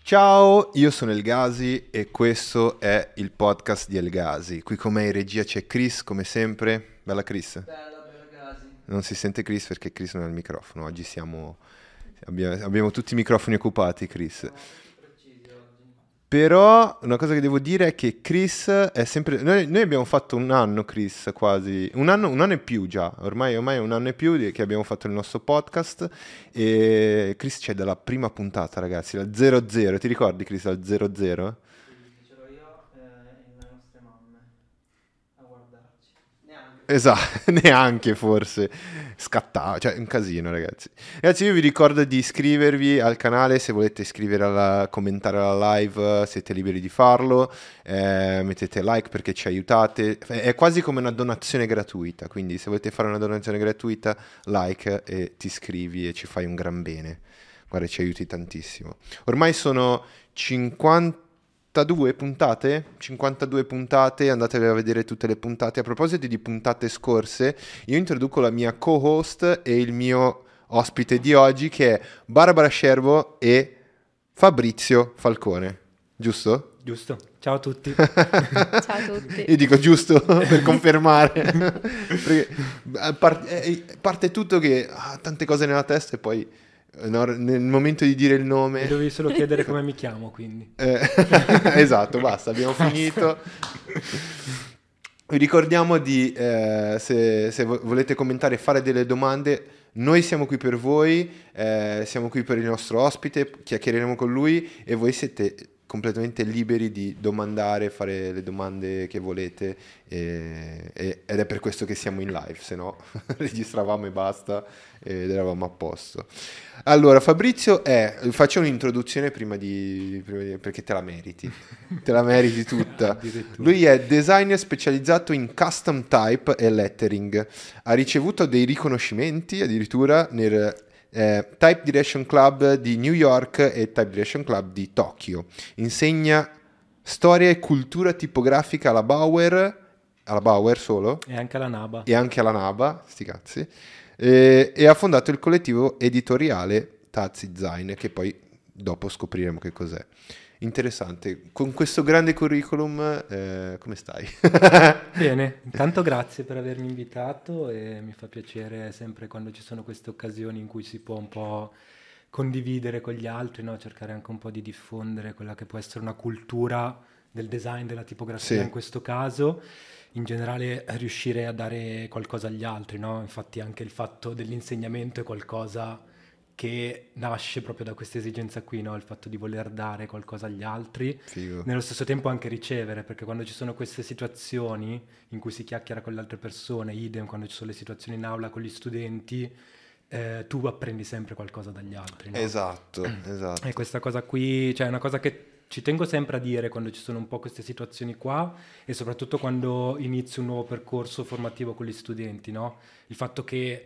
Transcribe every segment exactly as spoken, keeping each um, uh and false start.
Ciao, io sono Elgasi e questo è il podcast di Elgasi. Qui con me in regia c'è Chris, come sempre. Bella Chris. Bella, bella Gasi. Non si sente Chris perché Chris non ha il microfono. Oggi siamo... Abbiamo, abbiamo tutti i microfoni occupati, Chris. Siamo tutti precisi oggi. Però una cosa che devo dire è che Chris è sempre... Noi, noi abbiamo fatto un anno, Chris, quasi. Un anno, un anno e più già. Ormai, ormai è un anno e più di- che abbiamo fatto il nostro podcast. E Chris c'è dalla prima puntata, ragazzi, dal zero zero. Ti ricordi, Chris, dal zero zero? Sì, c'ero io eh, e le nostre mamme a guardarci. Neanche. Esatto, neanche forse scattava, cioè un casino, ragazzi. Ragazzi, io vi ricordo di iscrivervi al canale, se volete iscrivere alla, commentare alla live, siete liberi di farlo, eh, mettete like perché ci aiutate, è quasi come una donazione gratuita, quindi se volete fare una donazione gratuita, like e ti iscrivi e ci fai un gran bene. Guarda, ci aiuti tantissimo. Ormai sono cinquantadue puntate, cinquantadue puntate, andatevi a vedere tutte le puntate. A proposito di puntate scorse, io introduco la mia co-host e il mio ospite di oggi che è Barbara Scervo e Fabrizio Falcone, giusto? Giusto, ciao a tutti. Ciao a tutti. Io dico giusto per confermare. Perché par- eh, parte tutto che ha tante cose nella testa e poi eh, no, nel momento di dire il nome... Mi dovevi solo chiedere come mi chiamo, quindi. Eh, esatto, basta, abbiamo finito. Vi ricordiamo di, eh, se, se vo- volete commentare e fare delle domande, noi siamo qui per voi, eh, siamo qui per il nostro ospite, chiacchiereremo con lui e voi siete completamente liberi di domandare, fare le domande che volete e- e- ed è per questo che siamo in live, se no registravamo e basta ed eravamo a posto. Allora, Fabrizio è, faccio un'introduzione prima di, prima di- perché te la meriti, te la meriti tutta. Addirittura. Lui è designer specializzato in custom type e lettering, ha ricevuto dei riconoscimenti addirittura nel eh, Type Direction Club di New York e Type Direction Club di Tokyo. Insegna storia e cultura tipografica alla Bauer, alla Bauer solo, E anche alla Naba. e anche alla Naba, sti cazzi, e, e ha fondato il collettivo editoriale Tazzi Design, che poi dopo scopriremo che cos'è. Interessante. Con questo grande curriculum, eh, come stai? Bene, intanto grazie per avermi invitato e mi fa piacere sempre quando ci sono queste occasioni in cui si può un po' condividere con gli altri, no? Cercare anche un po' di diffondere quella che può essere una cultura del design, della tipografia Sì. in questo caso. In generale riuscire a dare qualcosa agli altri, no? Infatti anche il fatto dell'insegnamento è qualcosa che nasce proprio da questa esigenza qui, no? Il fatto di voler dare qualcosa agli altri, Figo. nello stesso tempo anche ricevere, perché quando ci sono queste situazioni in cui si chiacchiera con le altre persone, idem quando ci sono le situazioni in aula con gli studenti, eh, tu apprendi sempre qualcosa dagli altri, no? Esatto, esatto. E questa cosa qui, cioè è una cosa che ci tengo sempre a dire quando ci sono un po' queste situazioni qua e soprattutto quando inizio un nuovo percorso formativo con gli studenti, no? Il fatto che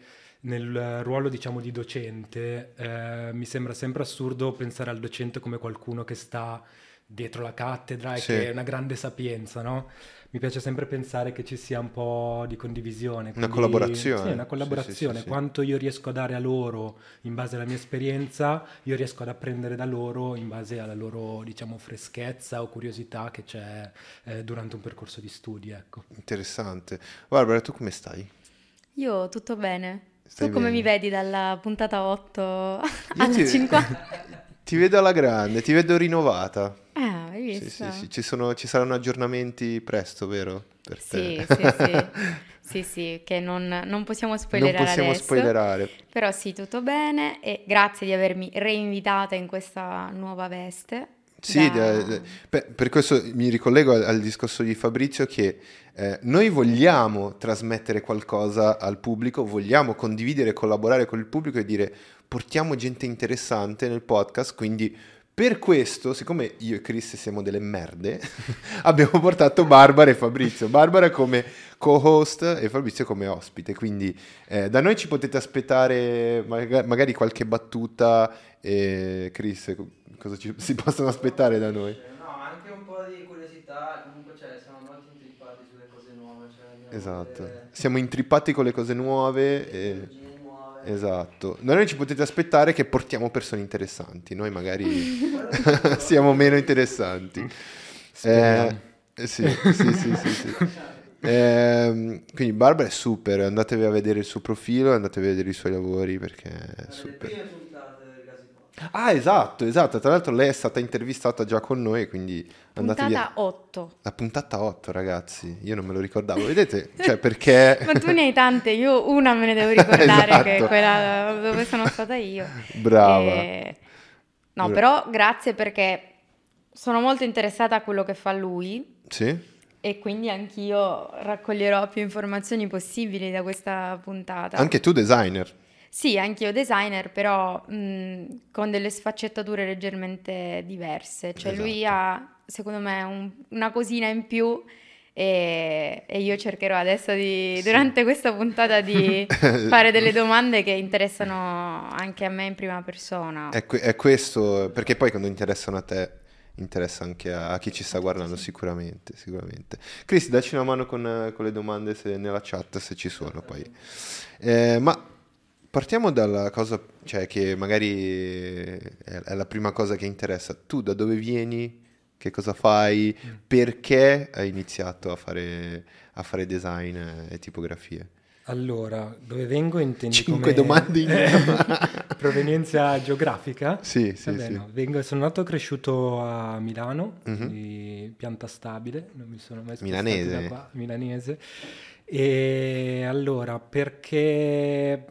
nel ruolo, diciamo, di docente eh, mi sembra sempre assurdo pensare al docente come qualcuno che sta dietro la cattedra e Sì. che è una grande sapienza, no? Mi piace sempre pensare che ci sia un po' di condivisione. Una quindi- collaborazione. Sì, una collaborazione. Sì, sì, sì, sì. Quanto io riesco a dare a loro in base alla mia esperienza, io riesco ad apprendere da loro in base alla loro, diciamo, freschezza o curiosità che c'è eh, durante un percorso di studi, ecco. Interessante. Barbara, tu come stai? Io tutto bene. Stai Tu come bene? mi vedi dalla puntata otto Io alla ti- cinquanta? Ti vedo alla grande, ti vedo rinnovata. Ah, hai Sì, visto? sì, sì. Ci sono, ci saranno aggiornamenti presto, vero? Per Sì, te. sì, sì. Sì, sì, che non, non possiamo Non spoilerare possiamo adesso. spoilerare. Però sì, tutto bene e grazie di avermi reinvitata in questa nuova veste. Sì, da- de- de- per, per questo mi ricollego al, al discorso di Fabrizio che eh, noi vogliamo trasmettere qualcosa al pubblico, vogliamo condividere, collaborare con il pubblico e dire portiamo gente interessante nel podcast, quindi per questo, siccome io e Chris siamo delle merde, abbiamo portato Barbara e Fabrizio. Barbara come co-host e Fabrizio come ospite, quindi eh, da noi ci potete aspettare maga- magari qualche battuta e Chris, cosa ci, si possono aspettare da noi? No, anche un po' di curiosità, comunque cioè, siamo molto intrippati sulle cose nuove, cioè andiamo a Esatto, vedere siamo intrippati con le cose nuove e... tecnologie nuove Esatto. Noi non ci potete aspettare che portiamo persone interessanti, noi magari siamo meno interessanti. Eh, sì, sì, sì, sì, sì. Eh, quindi Barbara è super, andatevi a vedere il suo profilo, andatevi a vedere i suoi lavori perché è Le super. prime puntate del Gasipod. Ah, esatto, esatto. Tra l'altro lei è stata intervistata già con noi, quindi andatevi a... Puntata otto. La puntata otto, ragazzi, io non me lo ricordavo, vedete? Cioè, perché... Ma tu ne hai tante, io una me ne devo ricordare, Esatto. che è quella dove sono stata io. Brava. E- No, Bra- però grazie perché sono molto interessata a quello che fa lui Sì? e quindi anch'io raccoglierò più informazioni possibili da questa puntata. Anche tu designer. Sì, anch'io designer, però mh, con delle sfaccettature leggermente diverse. Cioè lui Esatto. ha, secondo me, un- una cosina in più e, e io cercherò adesso di, Sì. durante questa puntata di fare delle domande che interessano anche a me in prima persona. È, que- è questo, perché poi quando interessano a te, interessa anche a, a chi ci sta guardando, sicuramente, sicuramente. Cristi, dacci una mano con, eh, con le domande se- nella chat, se ci sono poi. Eh, ma partiamo dalla cosa, cioè che magari è, è la prima cosa che interessa. Tu da dove vieni? Che cosa fai? Perché hai iniziato a fare, a fare design e tipografie? Allora, dove vengo intendi Cinque come domande in una. provenienza geografica? Sì, sì, Vabbè, sì. no, vengo- sono nato e cresciuto a Milano, Mhm. quindi pianta stabile, non mi sono mai spostato Milanese. da qua, milanese. E allora, perché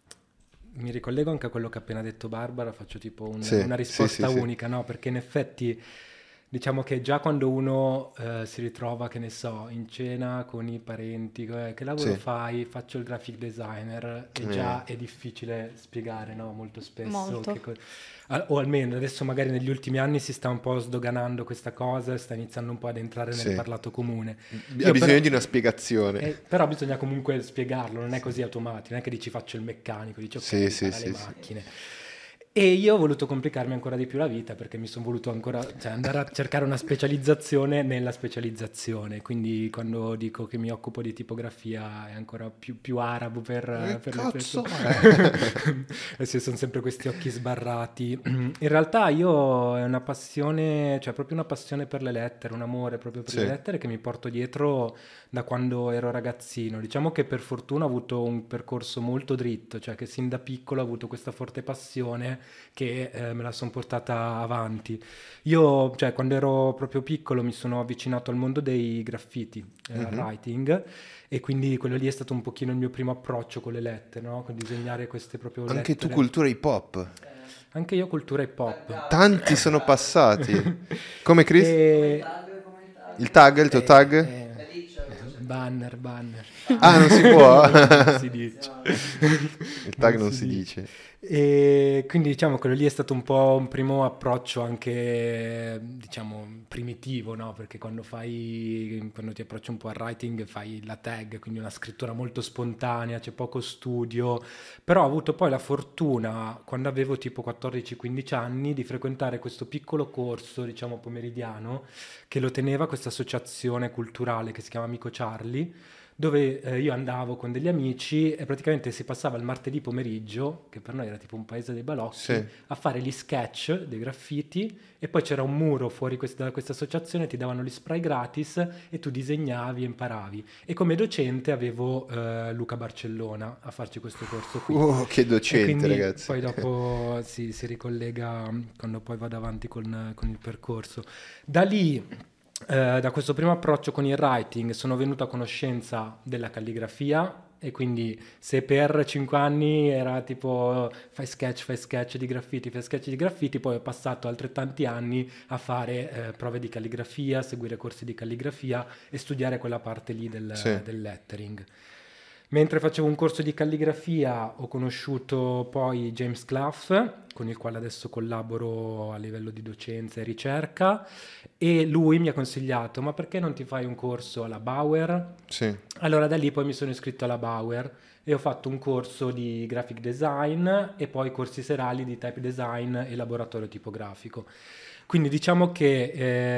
mi ricollego anche a quello che ha appena detto Barbara, faccio tipo un- Sì, una sì, risposta sì, sì. unica, no? Perché in effetti diciamo che già quando uno eh, si ritrova, che ne so, in cena con i parenti, eh, che lavoro Sì. fai? Faccio il graphic designer e Eh. già è difficile spiegare, no? Molto spesso. Molto. che co- al- o almeno adesso magari negli ultimi anni si sta un po' sdoganando questa cosa, sta iniziando un po' ad entrare nel Sì. parlato comune. Ha Io bisogno però- di una spiegazione. eh, però bisogna comunque spiegarlo, non è così automatico, non è che dici faccio il meccanico, dici ok, Sì, mi sì, farà sì, le sì. macchine. E io ho voluto complicarmi ancora di più la vita perché mi sono voluto ancora, cioè andare a cercare una specializzazione nella specializzazione. Quindi quando dico che mi occupo di tipografia è ancora più, più arabo per, Eh, per le cazzo! persone. Eh sì, sono sempre questi occhi sbarrati. In realtà io è una passione, cioè proprio una passione per le lettere, un amore proprio per Sì. le lettere che mi porto dietro da quando ero ragazzino. Diciamo che per fortuna ho avuto un percorso molto dritto, cioè che sin da piccolo ho avuto questa forte passione che eh, me la sono portata avanti. Io, cioè, quando ero proprio piccolo mi sono avvicinato al mondo dei graffiti, eh, al Mhm. writing, e quindi quello lì è stato un pochino il mio primo approccio con le lettere, no? Con disegnare queste proprio Anche tu lettere. cultura hip hop. Anche io cultura hip hop. Tanti sono passati. Come Chris? E... Tag, commentario. Il tag, il tuo eh, tag? eh, E lì c'è banner, banner. Ah, non si può. Non si dice. Il tag non si dice. E quindi diciamo quello lì è stato un po' un primo approccio anche diciamo primitivo, no? Perché quando fai quando ti approcci un po' al writing fai la tag, quindi una scrittura molto spontanea, c'è poco studio, però ho avuto poi la fortuna quando avevo tipo quattordici quindici anni di frequentare questo piccolo corso, diciamo pomeridiano, che lo teneva questa associazione culturale che si chiama Amico Charlie, dove eh, io andavo con degli amici e praticamente si passava il martedì pomeriggio, che per noi era tipo un paese dei balocchi, Sì. a fare gli sketch dei graffiti e poi c'era un muro fuori quest- da questa associazione, ti davano gli spray gratis e tu disegnavi e imparavi. E come docente avevo eh, Luca Barcellona a farci questo corso qui. Oh, che E docente, quindi ragazzi. poi dopo si, si ricollega mm, quando poi vado avanti con, con il percorso. Da lì, eh, da questo primo approccio con il writing, sono venuto a conoscenza della calligrafia e quindi se per cinque anni era tipo fai sketch, fai sketch di graffiti, fai sketch di graffiti, poi ho passato altrettanti anni a fare eh, prove di calligrafia, seguire corsi di calligrafia e studiare quella parte lì del, Sì. del lettering. Mentre facevo un corso di calligrafia ho conosciuto poi James Clough con il quale adesso collaboro a livello di docenza e ricerca, e lui mi ha consigliato: ma perché non ti fai un corso alla Bauer? Sì. Allora da lì poi mi sono iscritto alla Bauer e ho fatto un corso di graphic design e poi corsi serali di type design e laboratorio tipografico. Quindi diciamo che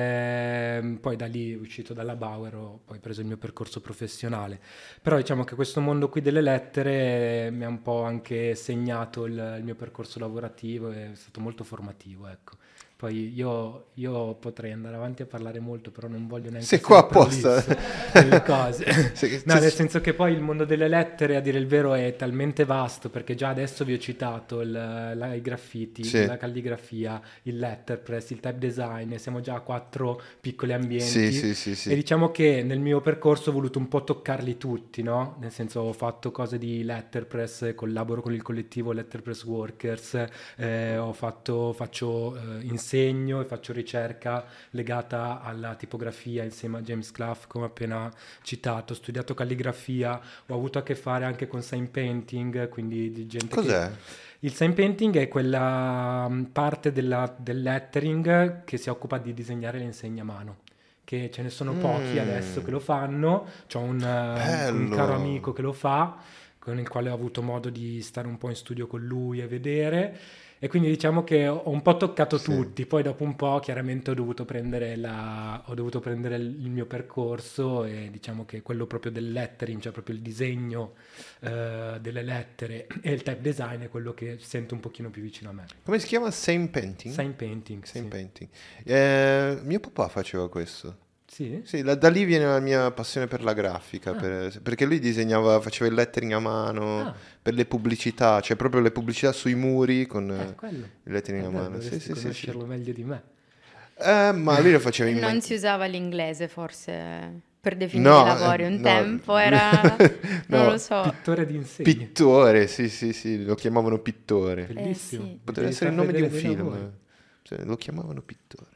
eh, poi da lì, uscito dalla Bauer, ho poi preso il mio percorso professionale. Però diciamo che questo mondo qui delle lettere mi ha un po' anche segnato il, il mio percorso lavorativo, è stato molto formativo, ecco. Poi io, io potrei andare avanti a parlare molto, però non voglio neanche Sei essere qua apposta. prolisso delle cose. Sì, No, sì, nel sì. senso che poi il mondo delle lettere, a dire il vero, è talmente vasto, perché già adesso vi ho citato il, la- i graffiti, Sì. la calligrafia, il letterpress, il type design, e siamo già a quattro piccoli ambienti. Sì, sì, sì, E sì. diciamo che nel mio percorso ho voluto un po' toccarli tutti, no? Nel senso, ho fatto cose di letterpress, collaboro con il collettivo Letterpress Workers, eh, ho fatto, faccio, eh, insegno e faccio ricerca legata alla tipografia insieme a James Clough, come appena citato. Ho studiato calligrafia, ho avuto a che fare anche con sign painting, quindi di gente Cos'è? che... Il sign painting è quella mm, parte della- del lettering che si occupa di disegnare le insegne a mano, che ce ne sono pochi Mm. adesso che lo fanno. C'ho un, eh, un Bello. caro amico che lo fa, con il quale ho avuto modo di stare un po' in studio con lui e vedere, e quindi diciamo che ho un po' toccato Sì. tutti. Poi dopo un po' chiaramente ho dovuto prendere la, ho dovuto prendere il il mio percorso, e diciamo che quello proprio del lettering, cioè proprio il disegno eh, delle lettere, e il type design è quello che sento un pochino più vicino a me. Come si chiama? Sign painting? Sign painting, Sign sì. painting. Eh, mio papà faceva questo. Sì? Sì, da, da lì viene la mia passione per la grafica, Ah. per- perché lui disegnava, faceva il lettering a mano, Ah. per le pubblicità, cioè proprio le pubblicità sui muri con Eh, eh, quello. il lettering a Eh, beh, mano. Sì, dovresti sì, sì, sì. conoscerlo meglio di me. Eh, ma lui lo faceva in Non man- si usava l'inglese forse per definire No, i lavori, eh, un no. tempo era, No, non lo so. Pittore di insegni. Pittore, sì, sì, sì, lo chiamavano pittore. Bellissimo. Eh, sì. Poteva Devi essere il far nome di un vedere dei film. lavori. Cioè, lo chiamavano pittore.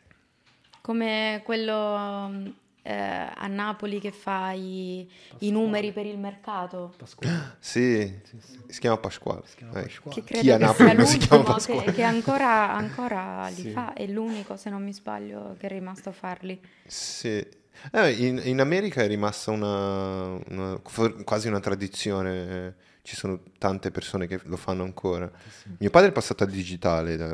Come quello um, eh, a Napoli che fa i, i numeri per il mercato, Pasquale. Sì, Sì, sì. si chiama Pasquale. Si chiama Eh, Pasquale. che Chi credo a che Napoli sia non si chiama l'ultimo Pasquale? che, che ancora, ancora li Sì. fa, è l'unico, se non mi sbaglio, che è rimasto a farli. Sì. Eh, in, in America è rimasta una, una- for- quasi una tradizione, eh, ci sono tante persone che lo fanno ancora. Mio padre è passato al digitale da-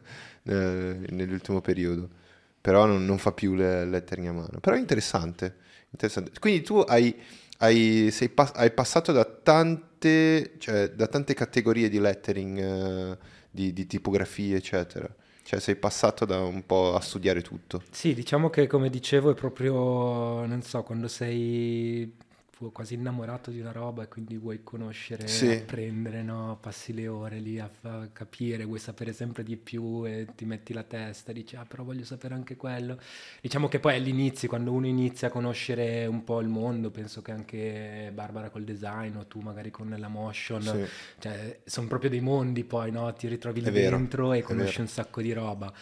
eh, nell'ultimo periodo, però non, non fa più le lettering a mano. Però è interessante, interessante. Quindi tu hai, hai- sei pas- hai passato da tante, cioè, da tante categorie di lettering, eh, di, di tipografie, eccetera. Cioè sei passato da un po' a studiare tutto. Sì, diciamo che come dicevo è proprio, non so, quando sei quasi innamorato di una roba e quindi vuoi conoscere, Sì. apprendere, no? Passi le ore lì a, fa- capire, vuoi sapere sempre di più e ti metti la testa, dici ah però voglio sapere anche quello. Diciamo che poi all'inizio, quando uno inizia a conoscere un po' il mondo, penso che anche Barbara col design o tu magari con la motion, Sì. cioè sono proprio dei mondi poi, no? Ti ritrovi lì È vero, dentro e è conosci vero. un sacco di roba.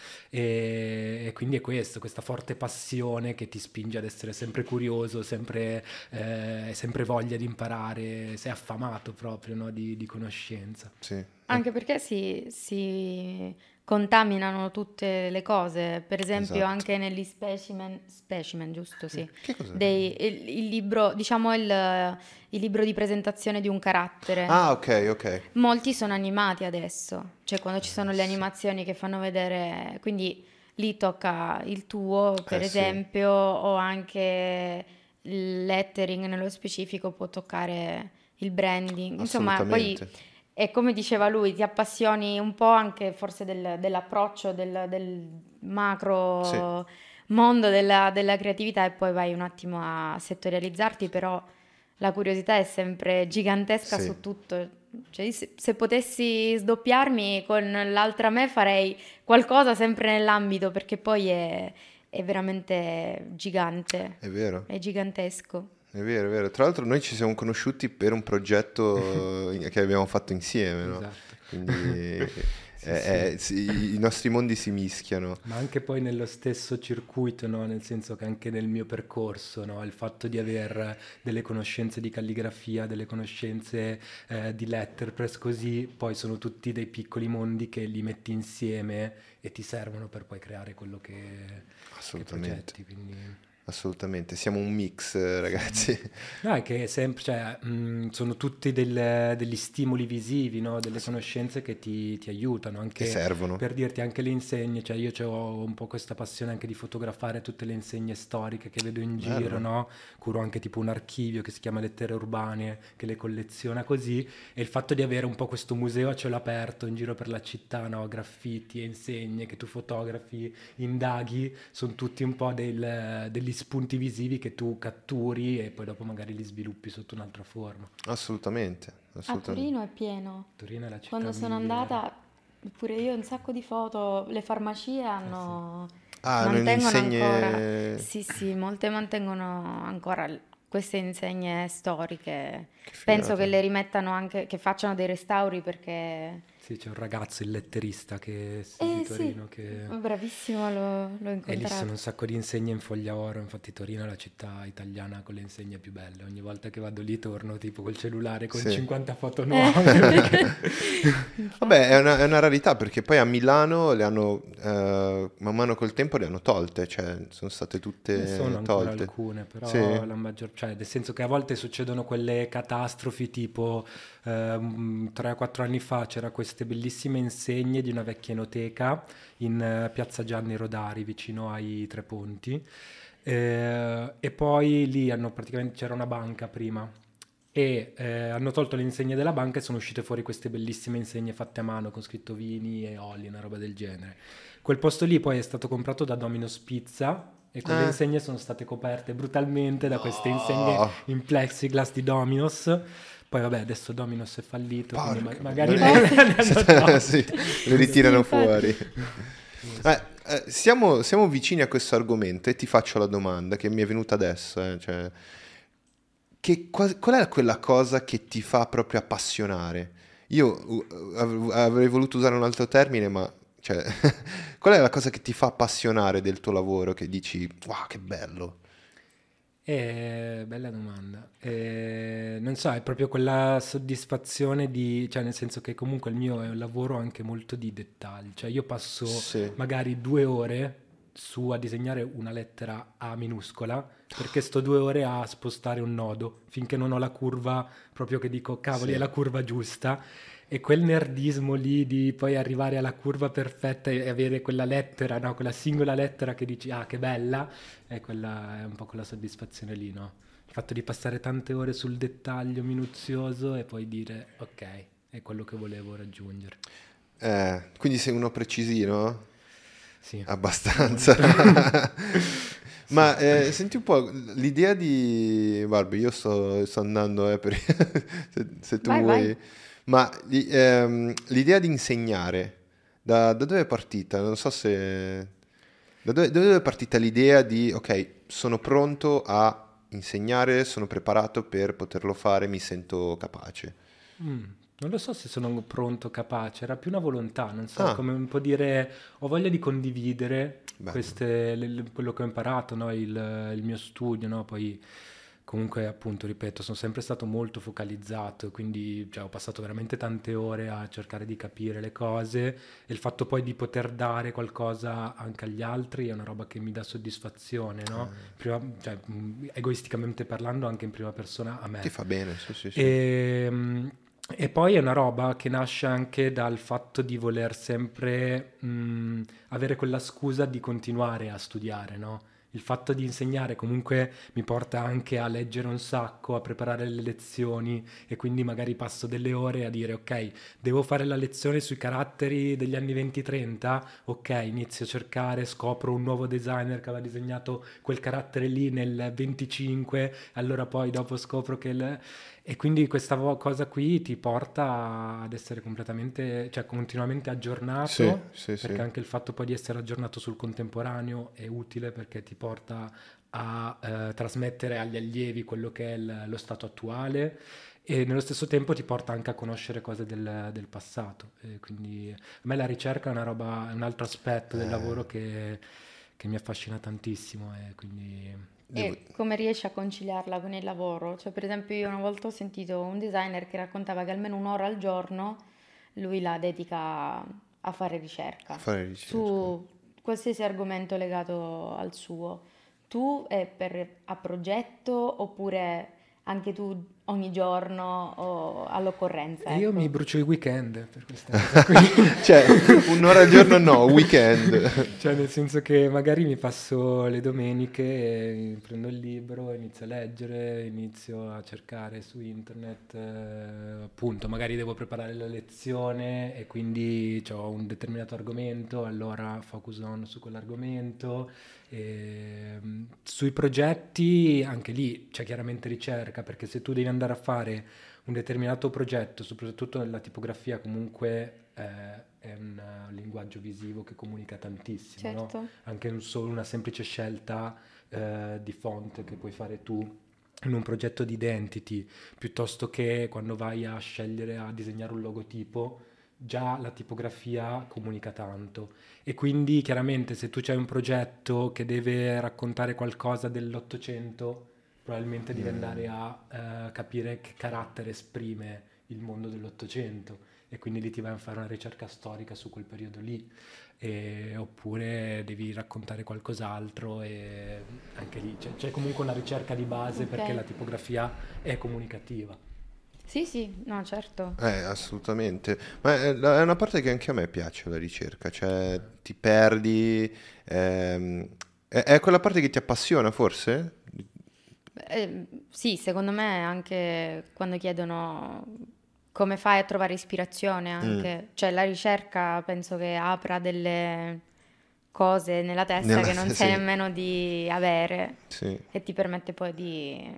E, e quindi è questo, questa forte passione che ti spinge ad essere sempre curioso, sempre, eh, sempre voglia di imparare, sei affamato proprio, no? di, di conoscenza. Sì. Anche perché si, si contaminano tutte le cose, per esempio Esatto. anche negli specimen, specimen, giusto? Sì. Che cos'è? Dei, il, il libro, diciamo il, il libro di presentazione di un carattere. Ah, ok, ok. Molti sono animati adesso, cioè quando ci sono le animazioni che fanno vedere, quindi lì tocca il tuo, per Eh, sì. esempio, o anche il lettering nello specifico può toccare il branding, insomma, poi Assolutamente. e come diceva lui, ti appassioni un po' anche forse del- dell'approccio del, del macro mondo della, della creatività e poi vai un attimo a settorializzarti, però la curiosità è sempre gigantesca Sì. su tutto. Cioè, se, se potessi sdoppiarmi con l'altra me farei qualcosa sempre nell'ambito perché poi è, è veramente gigante, È vero, è gigantesco. è vero, è vero. Tra l'altro noi ci siamo conosciuti per un progetto eh, che abbiamo fatto insieme, no? Esatto. quindi Sì, eh, sì. eh, sì, i nostri mondi si mischiano. Ma anche poi nello stesso circuito, no? Nel senso che anche nel mio percorso, no? Il fatto di aver delle conoscenze di calligrafia, delle conoscenze eh, di letterpress, così poi sono tutti dei piccoli mondi che li metti insieme e ti servono per poi creare quello che, che Assolutamente. progetti. Quindi... Assolutamente, siamo un mix, eh, ragazzi. No, è che è sempre, cioè, mh, sono tutti del- degli stimoli visivi, no? Delle conoscenze che ti, ti aiutano, Che anche servono. per dirti anche le insegne, cioè io ho un po' questa passione anche di fotografare tutte le insegne storiche che vedo in Bello. giro, no? Curo anche tipo un archivio che si chiama Lettere Urbane, che le colleziona così, e il fatto di avere un po' questo museo a cielo aperto in giro per la città, no? Graffiti e insegne che tu fotografi, indaghi, sono tutti un po' del- degli spunti visivi che tu catturi e poi dopo magari li sviluppi sotto un'altra forma. Assolutamente, A assolutamente. Torino è pieno. Torino è la città Quando sono migliore. andata, pure io un sacco di foto, le farmacie hanno, Ah, hanno mantengono insegne- ancora, sì sì, molte mantengono ancora l- queste insegne storiche. Che Penso figata. che le rimettano anche, che facciano dei restauri perché... Sì, c'è un ragazzo, il letterista che, sì, Eh di sì, Torino che... bravissimo, l'ho, l'ho E lì ci incontrato. sono un sacco di insegne in foglia oro, infatti Torino è la città italiana con le insegne più belle. Ogni volta che vado lì torno tipo col cellulare con Sì. cinquanta foto Eh, nuove. perché- Vabbè, è una, è una rarità perché poi a Milano le hanno, eh, man mano col tempo le hanno tolte, cioè sono state Ne tutte sono ancora tolte. alcune, però Sì. la maggior, cioè nel senso che a volte succedono quelle catastrofi tipo ehm, tre o quattro anni fa c'era queste bellissime insegne di una vecchia enoteca in eh, piazza Gianni Rodari vicino ai Tre Ponti. Eh, e poi lì hanno praticamente c'era una banca prima e eh, hanno tolto le insegne della banca e sono uscite fuori queste bellissime insegne fatte a mano con scritto vini e oli, una roba del genere. Quel posto lì poi è stato comprato da Domino's Pizza e quelle Ah. insegne sono state coperte brutalmente da queste No. insegne in plexiglass di Domino's. Poi vabbè, adesso Domino's è fallito, quindi ma- Porca- magari non non è- ne hanno tolti. Sì, lo ritirano Sì, infatti. fuori. Eh, eh, siamo, siamo vicini a questo argomento e ti faccio la domanda che mi è venuta adesso, eh, cioè, che, qual, qual è quella cosa che ti fa proprio appassionare? Io uh, av- avrei voluto usare un altro termine, ma cioè, qual è la cosa che ti fa appassionare del tuo lavoro, che dici, wow, che bello? Eh, bella domanda. Eh, non so, è proprio quella soddisfazione di, cioè nel senso che comunque il mio è un lavoro anche molto di dettagli, cioè io passo Sì. magari due ore su a disegnare una lettera A minuscola perché sto due ore a spostare un nodo finché non ho la curva proprio che dico cavoli Sì. è la curva giusta e quel nerdismo lì di poi arrivare alla curva perfetta e avere quella lettera, no? Quella singola lettera che dici ah che bella e quella è un po' quella soddisfazione lì, no? Il fatto di passare tante ore sul dettaglio minuzioso e poi dire ok, è quello che volevo raggiungere. Eh, quindi sei uno precisino? Sì. Abbastanza. Ma eh, senti un po', l'idea di... Barbie, io sto, sto andando, eh, per... se, se tu Vai, vuoi... vai. Ma li- ehm, l'idea di insegnare, da, da dove è partita? Non so se... Da dove, da dove è partita l'idea di, ok, sono pronto a insegnare, sono preparato per poterlo fare, mi sento capace. Mm, non lo so se sono pronto, capace, era più una volontà, non so, Ah. come un po' dire ho voglia di condividere Bello. queste, le- le- quello che ho imparato, no? Il, il mio studio, no? Poi comunque appunto, ripeto, sono sempre stato molto focalizzato, quindi cioè, ho passato veramente tante ore a cercare di capire le cose e il fatto poi di poter dare qualcosa anche agli altri è una roba che mi dà soddisfazione, no? Prima, cioè, mh, egoisticamente parlando anche in prima persona a me. Ti fa bene, sì, sì, sì. E, e poi è una roba che nasce anche dal fatto di voler sempre mh, avere quella scusa di continuare a studiare, no? Il fatto di insegnare comunque mi porta anche a leggere un sacco, a preparare le lezioni e quindi magari passo delle ore a dire ok, devo fare la lezione sui caratteri degli anni venti trenta, ok, inizio a cercare, scopro un nuovo designer che aveva disegnato quel carattere lì nel venticinque, allora poi dopo scopro che... Il... E quindi questa vo- cosa qui ti porta ad essere completamente, cioè continuamente aggiornato, Sì, sì, sì. perché anche il fatto poi di essere aggiornato sul contemporaneo è utile perché ti porta a eh, trasmettere agli allievi quello che è il- lo stato attuale e nello stesso tempo ti porta anche a conoscere cose del, del passato. E quindi a me la ricerca è una roba, è un altro aspetto del Eh. lavoro che, che mi affascina tantissimo e quindi... Devo- E come riesci a conciliarla con il lavoro? Cioè, per esempio, io una volta ho sentito un designer che raccontava che almeno un'ora al giorno lui la dedica a fare ricerca A fare ricerca. su qualsiasi argomento legato al suo. Tu è per a progetto oppure anche tu ogni giorno o all'occorrenza? E io ecco? mi brucio i weekend per queste cose qui. Cioè, un'ora al giorno no, weekend. Cioè, nel senso che magari mi passo le domeniche, e prendo il libro, inizio a leggere, inizio a cercare su internet, eh, appunto, magari devo preparare la lezione e quindi ho un determinato argomento, allora focus on su quell'argomento. E, mh, sui progetti, anche lì c'è chiaramente ricerca, perché se tu devi andare a fare un determinato progetto, soprattutto nella tipografia, comunque eh, è un uh, linguaggio visivo che comunica tantissimo, no? Certo. Anche non solo una semplice scelta eh, di font che puoi fare tu in un progetto di identity, piuttosto che quando vai a scegliere, a disegnare un logotipo, già la tipografia comunica tanto. E quindi chiaramente se tu c'hai un progetto che deve raccontare qualcosa dell'Ottocento, probabilmente devi andare a eh, capire che carattere esprime il mondo dell'Ottocento e quindi lì ti vai a fare una ricerca storica su quel periodo lì. E, oppure devi raccontare qualcos'altro e anche lì c'è, c'è comunque una ricerca di base Ok. perché la tipografia è comunicativa. Sì, sì, no, certo. Eh, assolutamente. Ma è è una parte che anche a me piace, la ricerca, cioè ti perdi, ehm, è, è quella parte che ti appassiona forse? Eh, sì, secondo me anche quando chiedono come fai a trovare ispirazione, anche, cioè la ricerca penso che apra delle cose nella testa Nella- che non sì. sai nemmeno di avere Sì, e ti permette poi di,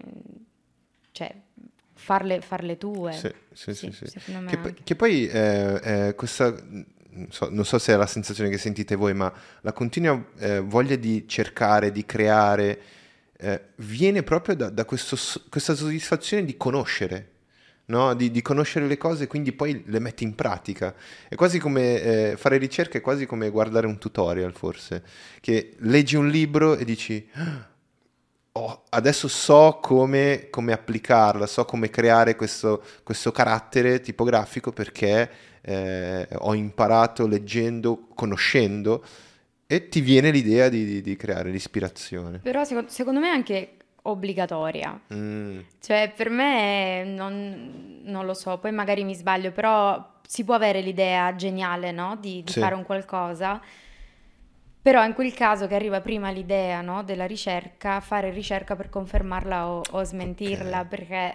cioè, farle, farle tue. sì, sì, sì, sì. secondo me Che, poi- anche. che poi eh, eh, questa, non so, non so se è la sensazione che sentite voi, ma la continua eh, voglia di cercare, di creare, eh, viene proprio da, da questo s- questa soddisfazione di conoscere, no? Di, di conoscere le cose e quindi poi le metti in pratica. È quasi come eh, fare ricerca, è quasi come guardare un tutorial, forse, che leggi un libro e dici... "Ah, oh, adesso so come, come applicarla, so come creare questo, questo carattere tipografico perché eh, ho imparato leggendo, conoscendo e ti viene l'idea di, di- di creare l'ispirazione. Però seco- secondo me è anche obbligatoria. Mm, Cioè, per me non, non lo so, poi magari mi sbaglio, però si può avere l'idea geniale, no? Di, di Sì. fare un qualcosa, però in quel caso che arriva prima l'idea, no, della ricerca, fare ricerca per confermarla o, o smentirla, Ok. perché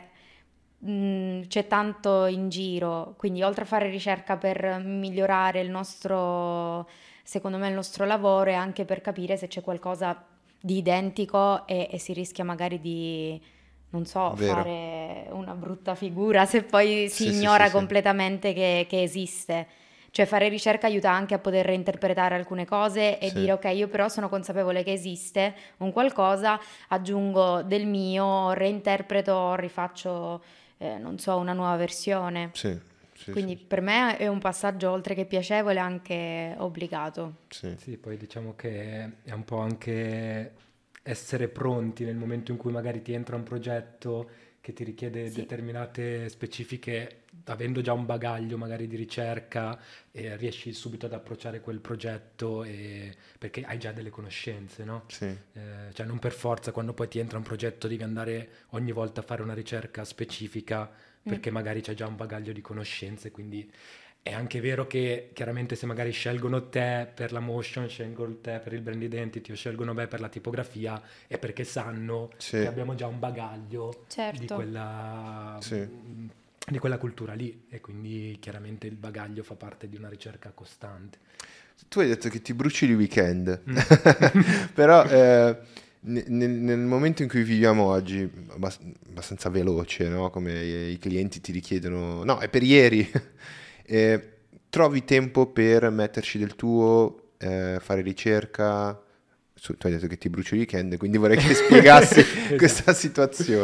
mh, c'è tanto in giro, quindi oltre a fare ricerca per migliorare il nostro, secondo me, il nostro lavoro, è anche per capire se c'è qualcosa di identico e, e si rischia magari di, non so, Vero. fare una brutta figura se poi si Sì, sì, ignora sì, sì. completamente che, che esiste. Cioè fare ricerca aiuta anche a poter reinterpretare alcune cose e Sì. dire ok, io però sono consapevole che esiste un qualcosa, aggiungo del mio, reinterpreto, rifaccio, eh, non so, una nuova versione. Sì, sì, Quindi per me è un passaggio oltre che piacevole anche obbligato. sì, sì. Sì, poi diciamo che è un po' anche essere pronti nel momento in cui magari ti entra un progetto che ti richiede Sì. determinate specifiche, avendo già un bagaglio magari di ricerca, e riesci subito ad approcciare quel progetto e- perché hai già delle conoscenze, no? Sì. Eh, cioè non per forza quando poi ti entra un progetto devi andare ogni volta a fare una ricerca specifica perché magari c'è già un bagaglio di conoscenze, quindi è anche vero che chiaramente se magari scelgono te per la motion, scelgono te per il brand identity o scelgono me per la tipografia, è perché sanno Sì. che abbiamo già un bagaglio Certo. di quella, Sì. di quella cultura lì e quindi chiaramente il bagaglio fa parte di una ricerca costante. Tu hai detto che ti bruci il weekend, Mm. però eh, ne- nel, nel momento in cui viviamo oggi, abbast- abbastanza veloce, no? Come i, i clienti ti richiedono, no, è per ieri, eh, trovi tempo per metterci del tuo, eh, fare ricerca? Su- tu hai detto che ti bruci il weekend, quindi vorrei che spiegassi Esatto. questa situazione.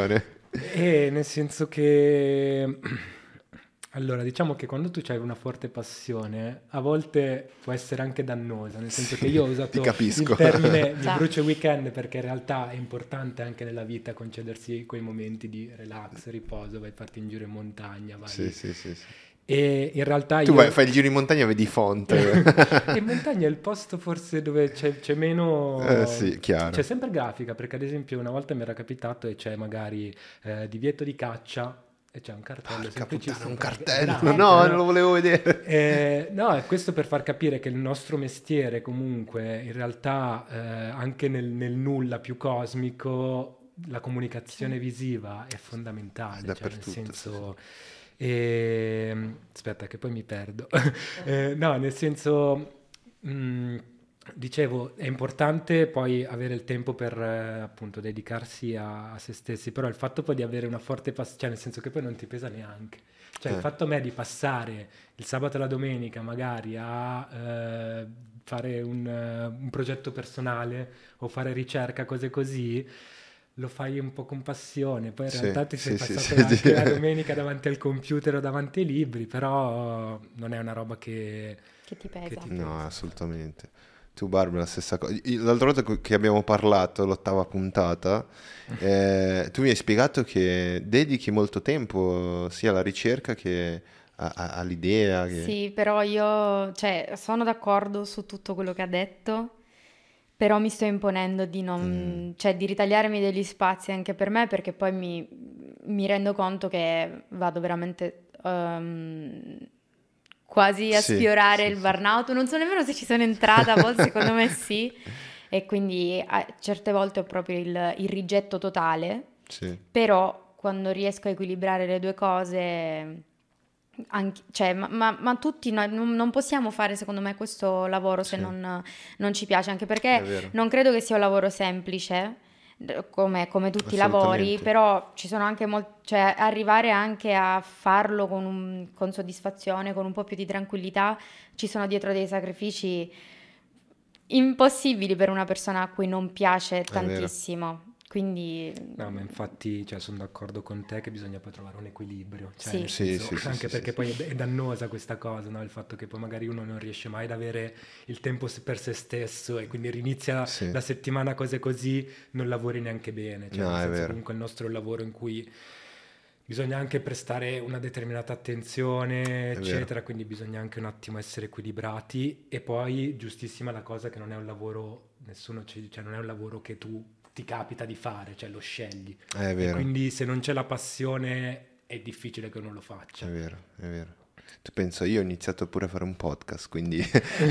E nel senso che, allora, diciamo che quando tu hai una forte passione, a volte può essere anche dannosa, nel senso Sì, che io ho ti usato capisco. il termine mi Già. brucio weekend perché in realtà è importante anche nella vita concedersi quei momenti di relax, riposo, vai a farti in giro in montagna, vai. Sì, sì, sì, sì. E in realtà Tu io... vai, fai il giro in montagna e vedi fonte. in montagna è il posto forse dove c'è, c'è meno... Eh, sì, chiaro. C'è sempre grafica, perché ad esempio una volta mi era capitato e c'è magari eh, divieto di caccia e c'è un cartello Porca puttana, semplicissimo. un perché- cartello. veramente, No, non lo volevo vedere. Eh, no, è questo per far capire che il nostro mestiere comunque in realtà eh, anche nel, nel nulla più cosmico la comunicazione visiva è fondamentale, È cioè nel dappertutto, senso... E... aspetta che poi mi perdo. Eh, no, nel senso, mh, dicevo, è importante poi avere il tempo per eh, appunto dedicarsi a, a se stessi, però il fatto poi di avere una forte passione, cioè nel senso che poi non ti pesa neanche. Cioè Eh. il fatto a me di passare il sabato e la domenica magari a eh, fare un, eh, un progetto personale o fare ricerca, cose così, lo fai un po' con passione, poi in Sì, realtà ti sei sì, sì, passato sì, anche sì. la domenica davanti al computer o davanti ai libri, però non è una roba che... Che ti pesa. Che ti- No, assolutamente. Tu, Barbara, la stessa cosa. Io- L'altra volta co- che abbiamo parlato, l'ottava puntata, eh, tu mi hai spiegato che dedichi molto tempo sia alla ricerca che a- a- all'idea. Che... Sì, però io, cioè, sono d'accordo su tutto quello che ha detto, però mi sto imponendo di non, Mm. cioè, di ritagliarmi degli spazi anche per me, perché poi mi, mi rendo conto che vado veramente ehm, quasi a Sì, sfiorare sì, il sì. burnout. Non so nemmeno se ci sono entrata, a volte secondo me sì, e quindi a certe volte ho proprio il, il rigetto totale, Sì. però quando riesco a equilibrare le due cose... Anche- cioè, ma, ma- ma tutti noi non, non possiamo fare secondo me questo lavoro se Sì. non, non ci piace, anche È perché vero. non credo che sia un lavoro semplice d- come, come tutti i lavori, Assolutamente. però ci sono anche molti, cioè arrivare anche a farlo con, un- con soddisfazione, con un po' più di tranquillità, ci sono dietro dei sacrifici impossibili per una persona a cui non piace vero. tantissimo. Quindi No, ma infatti cioè, sono d'accordo con te che bisogna poi trovare un equilibrio, cioè, Sì. nel Sì, senso, sì, sì, anche sì, perché sì, poi è, è dannosa questa cosa, no? Il fatto che poi magari uno non riesce mai ad avere il tempo se- per se stesso e quindi rinizia Sì. la settimana cose così, non lavori neanche bene, cioè, No, nel è senso, vero. comunque il nostro è un lavoro in cui bisogna anche prestare una determinata attenzione, È eccetera, quindi bisogna anche un attimo essere equilibrati e poi giustissima la cosa che non è un lavoro, nessuno ci, cioè non è un lavoro che tu ti capita di fare, cioè lo scegli. È E vero. quindi se non c'è la passione è difficile che uno lo È faccia. vero, è vero. Tu penso, io ho iniziato pure a fare un podcast, quindi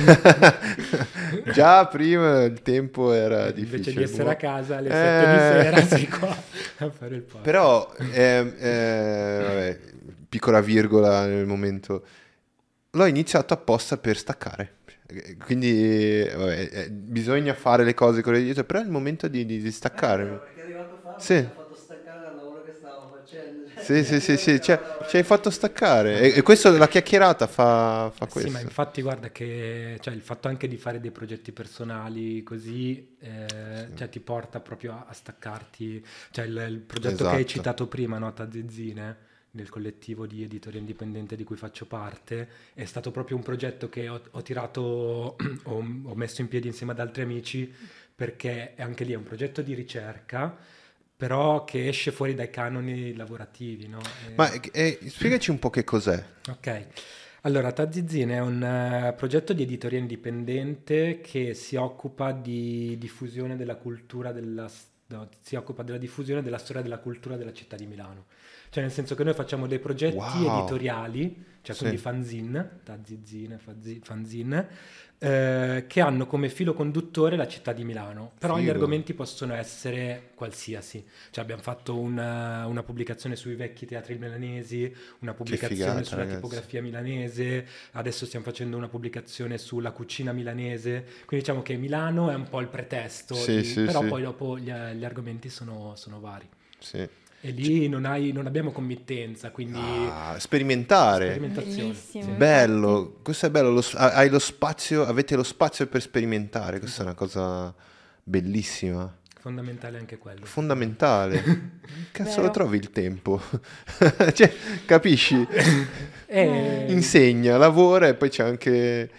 già prima il tempo era difficile. Invece di essere a casa alle Eh. sette di sera sei qua a fare il podcast. Però, ehm, eh, vabbè, piccola virgola nel momento, l'ho iniziato apposta per staccare. Quindi, vabbè, eh, bisogna fare le cose con le dita, però è il momento di, di- di staccare. Perché è arrivato Fabio Sì. e ci ha fatto staccare dal lavoro che stavamo facendo. Sì, sì, sì, sì, cioè, ci hai fatto staccare. E, e questo, la chiacchierata fa, fa questo. Sì, ma infatti guarda che cioè, il fatto anche di fare dei progetti personali così eh, Sì. cioè, ti porta proprio a, a staccarti. Cioè il, il progetto che hai Esatto. citato prima, no, Tazizzine, del collettivo di editoria indipendente di cui faccio parte, è stato proprio un progetto che ho, ho tirato, ho, ho messo in piedi insieme ad altri amici, perché è anche lì è un progetto di ricerca, però che esce fuori dai canoni lavorativi, no? E- Ma eh, spiegaci un po' che cos'è. Ok, allora Tazizzine è un eh, progetto di editoria indipendente che si occupa di diffusione della cultura della, s- no, si occupa della diffusione della storia della cultura della città di Milano. Cioè nel senso che noi facciamo dei progetti Wow. editoriali, cioè Sì. quindi fanzine, Tazizzine, fazi- fanzine, eh, che hanno come filo conduttore la città di Milano, però gli Figo. argomenti possono essere qualsiasi. Cioè abbiamo fatto una, una pubblicazione sui vecchi teatri milanesi, una pubblicazione figata, sulla ragazzi. tipografia milanese, adesso stiamo facendo una pubblicazione sulla cucina milanese, quindi diciamo che Milano è un po' il pretesto, Sì, di- sì, però sì. poi dopo gli, gli argomenti sono, sono vari. Sì. E lì non, hai, non abbiamo committenza, quindi Ah, sperimentare. sperimentazione. Bellissimo. Sì. Bello, questo è bello, lo s- hai lo spazio, avete lo spazio per sperimentare, questa è una cosa bellissima. Fondamentale anche quello. Fondamentale. Cazzo Vero. lo trovi il tempo? Cioè, capisci? Eh, Insegna, lavora e poi c'è anche...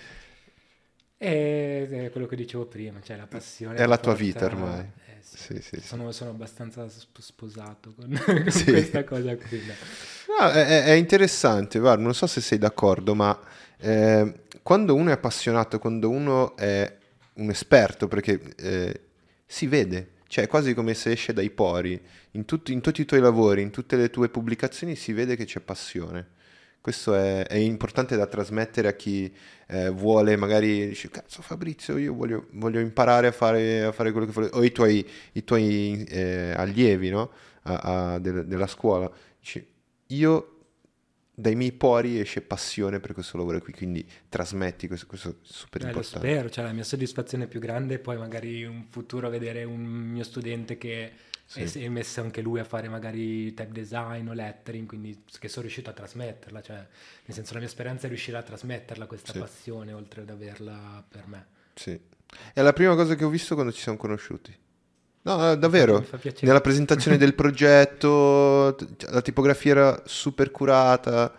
È, è quello che dicevo prima, cioè la passione. È la ti tua porta- vita ormai. Eh, sì. Sì, sì, sì. Sono, sono abbastanza sp- sposato con, con Sì. questa cosa qui. no. No, è, è- è interessante, guarda, non so se sei d'accordo, ma eh, quando uno è appassionato, quando uno è un esperto, perché eh, si vede, cioè è quasi come se esce dai pori, in, tutti- in tutti i tuoi lavori, in tutte le tue pubblicazioni si vede che c'è passione. Questo è, è importante da trasmettere a chi eh, vuole, magari dice, cazzo Fabrizio, io voglio, voglio imparare a fare, a fare quello che vuole, o i tuoi, i tuoi eh, allievi, no? A- a- del- della scuola. Dici, io dai miei pori esce passione per questo lavoro qui, quindi trasmetti questo, questo è super Eh, lo importante. spero, cioè la mia soddisfazione più grande è poi magari in futuro vedere un mio studente che Sì. è, si è messo anche lui a fare magari type design o lettering, quindi che sono riuscito a trasmetterla, cioè nel senso la mia speranza è riuscire a trasmetterla questa Sì. passione oltre ad averla per me. Sì. È la prima cosa che ho visto quando ci siamo conosciuti. No, eh, davvero. Mi fa piacere. Nella presentazione del progetto, t- la tipografia era super curata.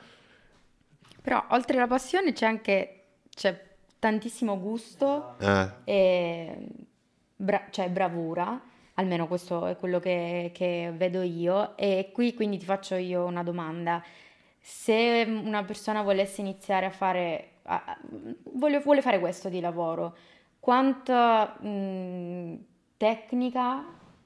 Però oltre alla passione c'è anche c'è tantissimo gusto Eh, e bra- cioè bravura, almeno questo è quello che, che vedo io. E qui quindi ti faccio io una domanda. Se una persona volesse iniziare a fare, a- a- voglio- vuole fare questo di lavoro, quanta mh, tecnica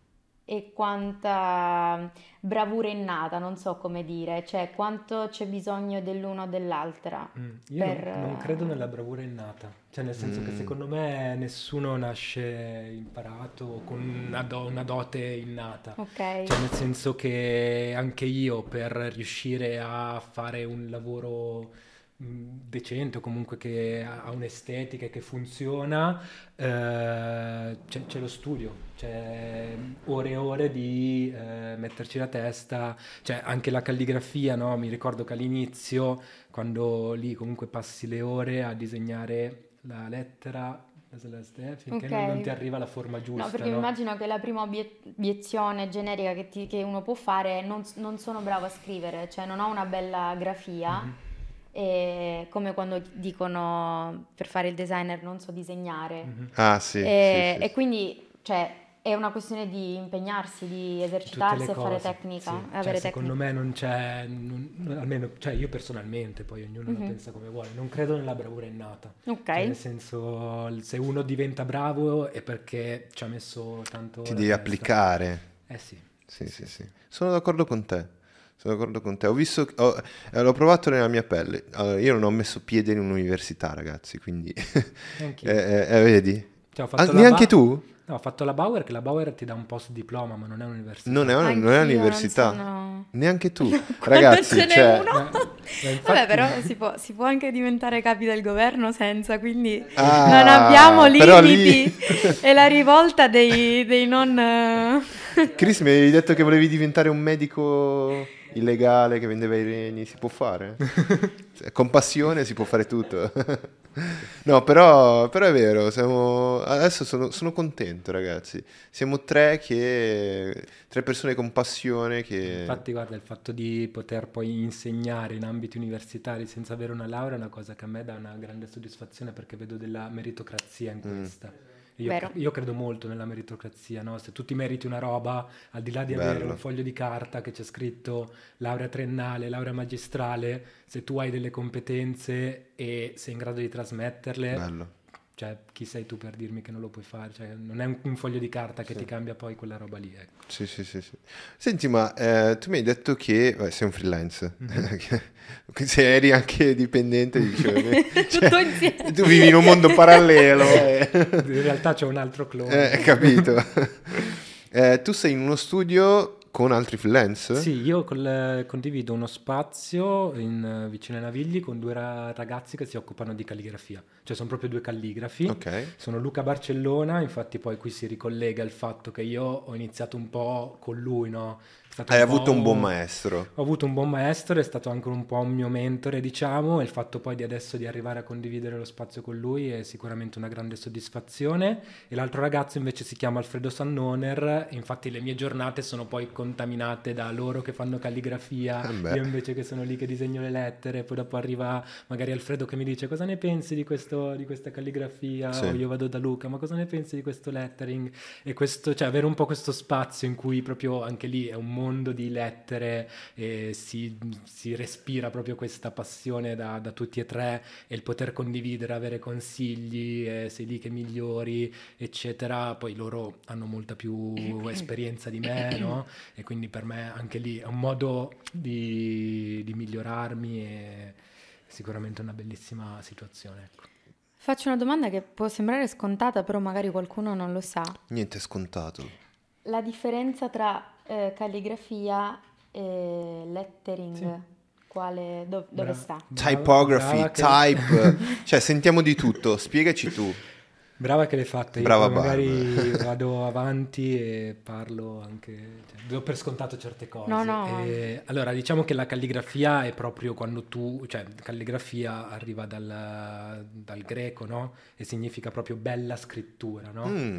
e quanta bravura innata, non so come dire, cioè quanto c'è bisogno dell'uno o dell'altra. Mm, Io non- per, non, eh, credo nella bravura innata, cioè nel senso che Mm. secondo me nessuno nasce imparato con una, do- una dote innata. Ok. Cioè nel senso che anche io per riuscire a fare un lavoro mh, decente o comunque che ha ha un'estetica e che funziona, eh, c'è, c'è lo studio, c'è ore e ore di eh, metterci la testa, cioè anche la calligrafia, no? Mi ricordo che all'inizio, quando lì comunque passi le ore a disegnare la lettera, finché non, non Ok. ti arriva la forma giusta, No, perché mi no? immagino che la prima obie- obiezione generica che, ti- che uno può fare è non, non sono bravo a scrivere, cioè non ho una bella grafia, Mhm. e come quando dicono per fare il designer non so disegnare. Mhm. ah, sì, e, sì, sì, e sì. quindi, cioè, è una questione di impegnarsi, di Tutte esercitarsi le e fare cose, tecnica, sì. e Cioè, avere secondo tecnica. me non c'è, non- almeno, cioè io personalmente, poi ognuno la Mhm. pensa come vuole, non credo nella bravura innata. Ok. Cioè, nel senso, il- se uno diventa bravo è perché ci ha messo tanto Ti la devi testa. applicare. Eh sì. Sì, sì, sì. Sono d'accordo con te. Sono d'accordo con te. Ho visto, ho- eh, l'ho provato nella mia pelle. Allora, io non ho messo piede in un'università, ragazzi, quindi Anch'io. eh, eh, eh, vedi? Cioè, ho fatto Ah, la neanche Ba- tu? No, ho fatto la Bauer, che la Bauer ti dà un post diploma, ma non è un'università. Non è, una- non è Anch'io un'università. non sono- Neanche tu. Quando Ragazzi, ce n'è cioè... uno. Ma- ma infatti- Vabbè, però si può, si può anche diventare capi del governo senza, quindi Ah, non abbiamo però lì- limiti. È la rivolta dei, dei non... eh, Chris, mi avevi detto che volevi diventare un medico illegale che vendeva i reni. Si può fare? Con passione si può fare tutto. No, però, però è vero, siamo, adesso sono, sono contento, ragazzi. Siamo tre che, tre persone con passione che... Infatti, guarda, il fatto di poter poi insegnare in ambiti universitari senza avere una laurea è una cosa che a me dà una grande soddisfazione perché vedo della meritocrazia in Mm. questa. Io, Vero. io credo molto nella meritocrazia, no? Se tu ti meriti una roba, al di là di avere Bello. un foglio di carta che c'è scritto laurea triennale, laurea magistrale, se tu hai delle competenze e sei in grado di trasmetterle, Bello. cioè chi sei tu per dirmi che non lo puoi fare? Cioè, non è un, un foglio di carta che Sì. ti cambia poi quella roba lì, ecco. Sì, sì, sì, sì. Senti, ma eh, tu mi hai detto che beh, sei un freelance. Se eri anche dipendente, dicevi. Tutto insieme. Tu vivi in un mondo parallelo. eh. In realtà c'è un altro clone. Eh, capito. Eh, tu sei in uno studio Con altri freelance? Sì, io col- condivido uno spazio in, vicino ai Navigli con due ra- ragazzi che si occupano di calligrafia, cioè sono proprio due calligrafi. Ok. Sono Luca Barcellona, infatti poi qui si ricollega il fatto che io ho iniziato un po' con lui, no? È stato Hai un avuto po'- un buon maestro. Ho avuto un buon maestro, è stato anche un po' un mio mentore, diciamo, e il fatto poi di adesso di arrivare a condividere lo spazio con lui è sicuramente una grande soddisfazione. E l'altro ragazzo invece si chiama Alfredo Sannoner, infatti le mie giornate sono poi contaminate da loro che fanno calligrafia, Eh beh. io invece che sono lì che disegno le lettere, poi dopo arriva magari Alfredo che mi dice cosa ne pensi di, questo, di questa calligrafia, Sì. o io vado da Luca, ma cosa ne pensi di questo lettering? E questo, cioè avere un po' questo spazio in cui proprio anche lì è un mondo di lettere e si, si respira proprio questa passione da, da tutti e tre, e il poter condividere, avere consigli, eh, sei lì che migliori, eccetera. Poi loro hanno molta più esperienza di me, no? E quindi per me anche lì è un modo di, di migliorarmi e sicuramente una bellissima situazione, ecco. Faccio una domanda che può sembrare scontata, però magari qualcuno non lo sa. Niente è scontato. La differenza tra eh, calligrafia e lettering, Sì. quale, do- dove Bra- sta? brava- Typography, brava che- type, cioè sentiamo di tutto, spiegaci tu. Brava che l'hai fatta, io Brava poi magari Barbara. vado avanti e parlo anche, cioè, do per scontato certe cose. No, no. E, allora, diciamo che la calligrafia è proprio quando tu, cioè calligrafia arriva dal, dal greco, no? E significa proprio bella scrittura, no? Mm,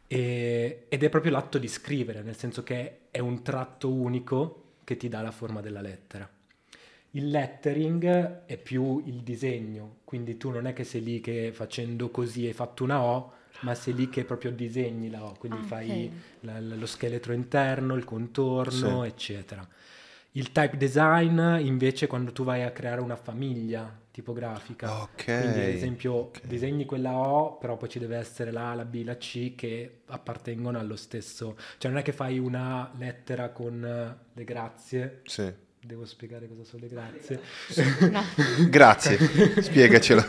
E- ed è proprio l'atto di scrivere, nel senso che è un tratto unico che ti dà la forma della lettera. Il lettering è più il disegno, quindi tu non è che sei lì che facendo così hai fatto una O, ma sei lì che proprio disegni la O, quindi Ah, fai ok. la- la- lo scheletro interno, il contorno, Sì. eccetera. Il type design invece è quando tu vai a creare una famiglia tipografica, ok. quindi ad esempio ok. disegni quella O, però poi ci deve essere la A, la B, la C che appartengono allo stesso, cioè non è che fai una lettera con eh, le grazie. Sì. Devo spiegare cosa sono le grazie. No. Grazie, spiegacelo.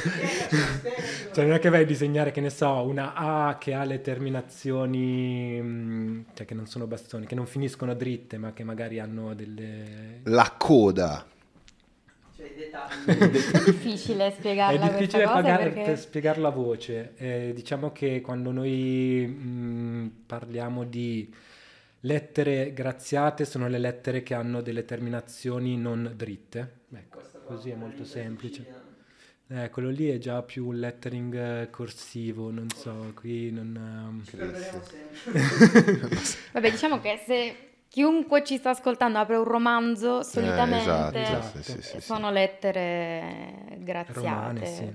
Cioè non è che vai a disegnare, che ne so, una A che ha le terminazioni, mh, cioè che non sono bastoni, che non finiscono dritte, ma che magari hanno delle... La coda. Cioè i dettagli. È difficile spiegarla È difficile questa cosa pagare- perché... per spiegarlo a voce. Eh, diciamo che quando noi mh, parliamo di lettere graziate, sono le lettere che hanno delle terminazioni non dritte. Ecco, Questo qua così è una molto linea semplice. difficile. Eh, quello lì è già più un lettering eh, corsivo, non so, qui non... ehm, Ci perderemo sempre. Vabbè, diciamo che se chiunque ci sta ascoltando apre un romanzo, solitamente esatto, sì, sì, sì, sì. sono lettere graziate. romane, sì.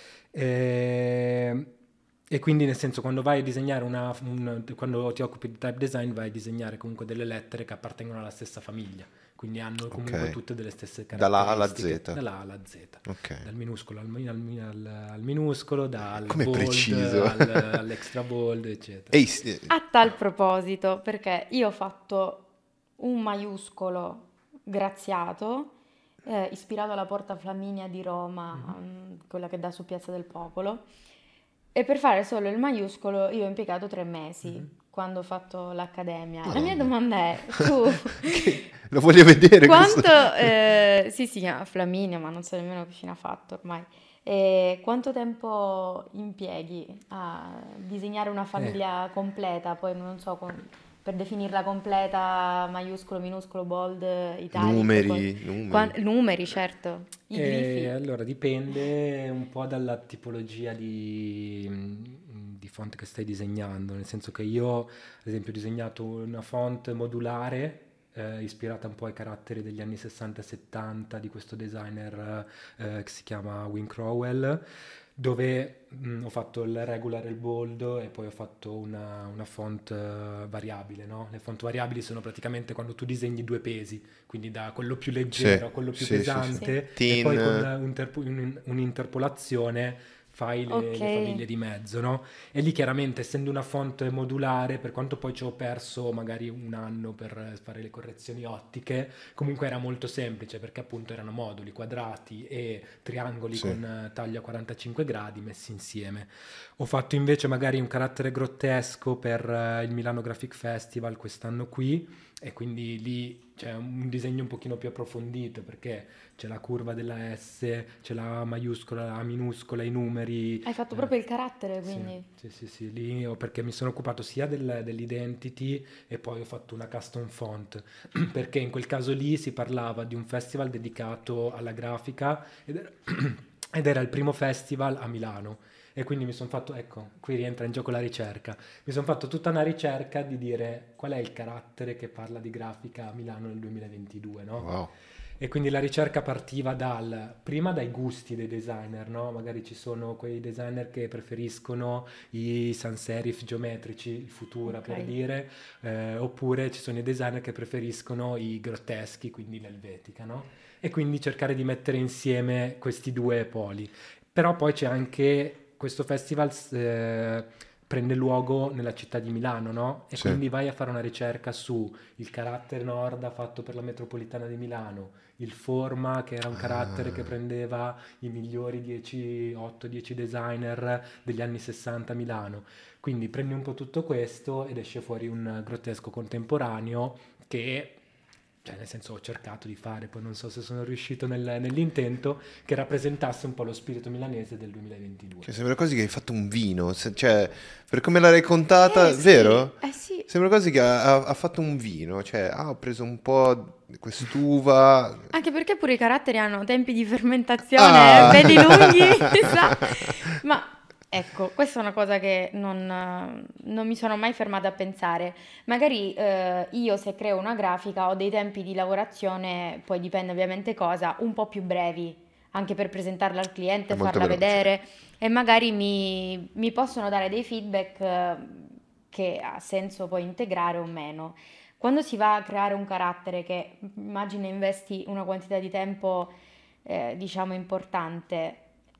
E, e quindi nel senso quando vai a disegnare una, un- quando ti occupi di type design vai a disegnare comunque delle lettere che appartengono alla stessa famiglia, quindi hanno comunque Ok. tutte delle stesse Dalla A alla caratteristiche. Z. Dalla A alla Z. Ok. Dal minuscolo al, mi- al mi- al- al minuscolo, dal Come bold preciso. al- all'extra bold, eccetera. Ehi, sì, A tal proposito, perché io ho fatto un maiuscolo graziato, eh, ispirato alla Porta Flaminia di Roma, mm, quella che dà su Piazza del Popolo, e per fare solo il maiuscolo io ho impiegato tre mesi quando ho fatto l'accademia. La mia Madonna. domanda è, tu lo voglio vedere questo. quanto... eh, sì, si chiama Flaminia, ma non so nemmeno che fine ha fatto ormai. E quanto tempo impieghi a disegnare una famiglia completa? Poi non so, con- per definirla completa, maiuscolo, minuscolo, bold, italico. Numeri, poi- numeri. Quan- numeri, certo. I Eh, glifi. allora dipende un po' dalla tipologia di, di font che stai disegnando, nel senso che io ad esempio ho disegnato una font modulare eh, ispirata un po' ai caratteri degli anni sessanta e settanta di questo designer eh, che si chiama Win Crowell, dove mh, ho fatto il regular e il bold e poi ho fatto una, una font eh, variabile, no? Le font variabili sono praticamente quando tu disegni due pesi, quindi da quello più leggero Sì, a quello più sì, sì, sì. pesante, Teen. e poi con un interpo- un- un'interpolazione fai le, Ok. le famiglie di mezzo, no? E lì chiaramente, essendo una font modulare, per quanto poi ci ho perso magari un anno per fare le correzioni ottiche, comunque era molto semplice perché appunto erano moduli quadrati e triangoli Sì. con eh, taglio a quarantacinque gradi messi insieme. Ho fatto invece magari un carattere grottesco per eh, il Milano Graphic Festival quest'anno qui, e quindi lì c'è un disegno un pochino più approfondito perché c'è la curva della S, c'è la maiuscola, la minuscola, i numeri. Hai fatto eh, proprio il carattere, sì, quindi. sì, sì, sì, lì ho- perché mi sono occupato sia del- dell'identity e poi ho fatto una custom font, perché in quel caso lì si parlava di un festival dedicato alla grafica ed era, ed era il primo festival a Milano. E quindi mi sono fatto, ecco, qui rientra in gioco la ricerca. Mi sono fatto tutta una ricerca di dire qual è il carattere che parla di grafica a Milano nel duemilaventidue, no? Wow. E quindi la ricerca partiva dal, prima dai gusti dei designer, no? Magari ci sono quei designer che preferiscono i sans serif geometrici, il Futura Ok. per dire, eh, oppure ci sono i designer che preferiscono i grotteschi, quindi l'elvetica, no? E quindi cercare di mettere insieme questi due poli. Però poi c'è anche questo festival eh, prende luogo nella città di Milano, no? E Sì. quindi vai a fare una ricerca su il carattere Norda fatto per la metropolitana di Milano, il Forma che era un carattere Ah. che prendeva i migliori dieci, otto dieci designer degli anni sessanta a Milano. Quindi prendi un po' tutto questo ed esce fuori un grottesco contemporaneo che, cioè nel senso ho cercato di fare, poi non so se sono riuscito nel- nell'intento, che rappresentasse un po' lo spirito milanese del duemilaventidue. Che sembra quasi che hai fatto un vino, se- cioè, per come l'hai raccontata, Eh, sì, vero? Eh sì. Sembra quasi che ha, ha- ha fatto un vino, cioè, ah, ho preso un po' di quest'uva. Anche perché pure i caratteri hanno tempi di fermentazione Ah. belli lunghi, sa? Ma ecco, questa è una cosa che non, non mi sono mai fermata a pensare. Magari eh, io se creo una grafica ho dei tempi di lavorazione, poi dipende ovviamente cosa, un po' più brevi, anche per presentarla al cliente, È molto farla veloce. vedere e magari mi, mi possono dare dei feedback eh, che ha senso poi integrare o meno. Quando si va a creare un carattere che immagino investi una quantità di tempo, eh, diciamo, importante,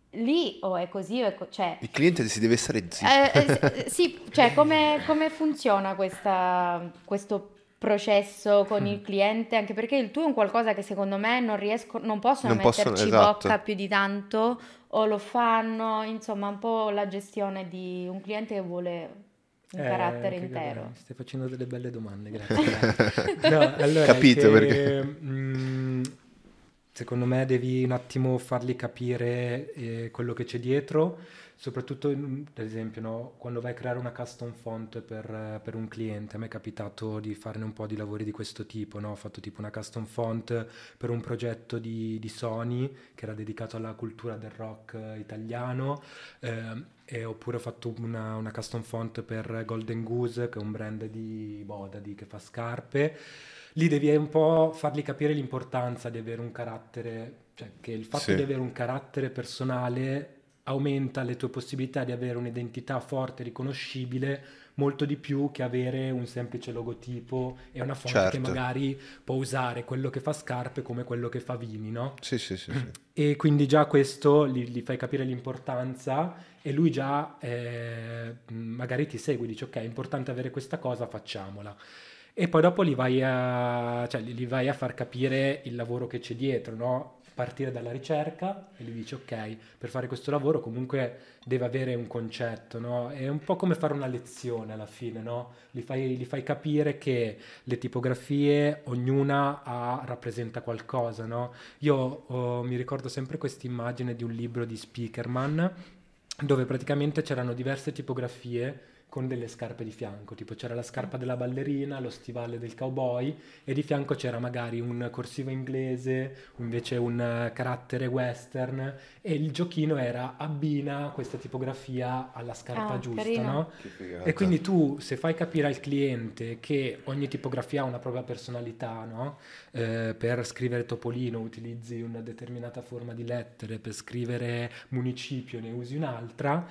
lì o è così o è co- cioè, Il cliente si deve stare zitto. eh, eh, sì, cioè come, come funziona questa- questo processo con il cliente? Anche perché il tuo è un qualcosa che secondo me non riesco, non possono Non possono- metterci esatto. bocca più di tanto o lo fanno, insomma, un po' la gestione di un cliente che vuole un Eh, carattere che intero. vabbè, stai facendo delle belle domande, grazie. No, allora è Capito, che, perché- mm, secondo me devi un attimo fargli capire eh, quello che c'è dietro, soprattutto in- ad esempio, no, quando vai a creare una custom font per, eh, per un cliente. A me è capitato di farne un po' di lavori di questo tipo, no? Ho fatto tipo una custom font per un progetto di, di Sony che era dedicato alla cultura del rock eh, italiano. ehm, e oppure ho fatto una, una custom font per Golden Goose, che è un brand di moda di- che fa scarpe. Lì devi un po' fargli capire l'importanza di avere un carattere, cioè che il fatto Sì. di avere un carattere personale aumenta le tue possibilità di avere un'identità forte e riconoscibile molto di più che avere un semplice logotipo e una font che Certo. magari può usare quello che fa scarpe come quello che fa vini, no? Sì, sì, sì, sì. E quindi già questo gli, gli fai capire l'importanza e lui già eh, mh, magari ti segue, dice ok, è importante avere questa cosa, facciamola. E poi dopo li vai a, cioè, li li vai a far capire il lavoro che c'è dietro, no? Partire dalla ricerca e gli dici ok, per fare questo lavoro comunque deve avere un concetto, no? È un po' come fare una lezione alla fine, no? Gli fai, gli fai capire che le tipografie, ognuna ha- rappresenta qualcosa, no? Io oh, mi ricordo sempre questa immagine di un libro di Speakerman dove praticamente c'erano diverse tipografie con delle scarpe di fianco, tipo c'era la scarpa della ballerina, lo stivale del cowboy e di fianco c'era magari un corsivo inglese, invece un eh, carattere western e il giochino era abbina questa tipografia alla scarpa Ah, giusta, carino. no? Che figata. E quindi tu, se fai capire al cliente che ogni tipografia ha una propria personalità, no? Eh, per scrivere Topolino utilizzi una determinata forma di lettere, per scrivere municipio ne usi un'altra,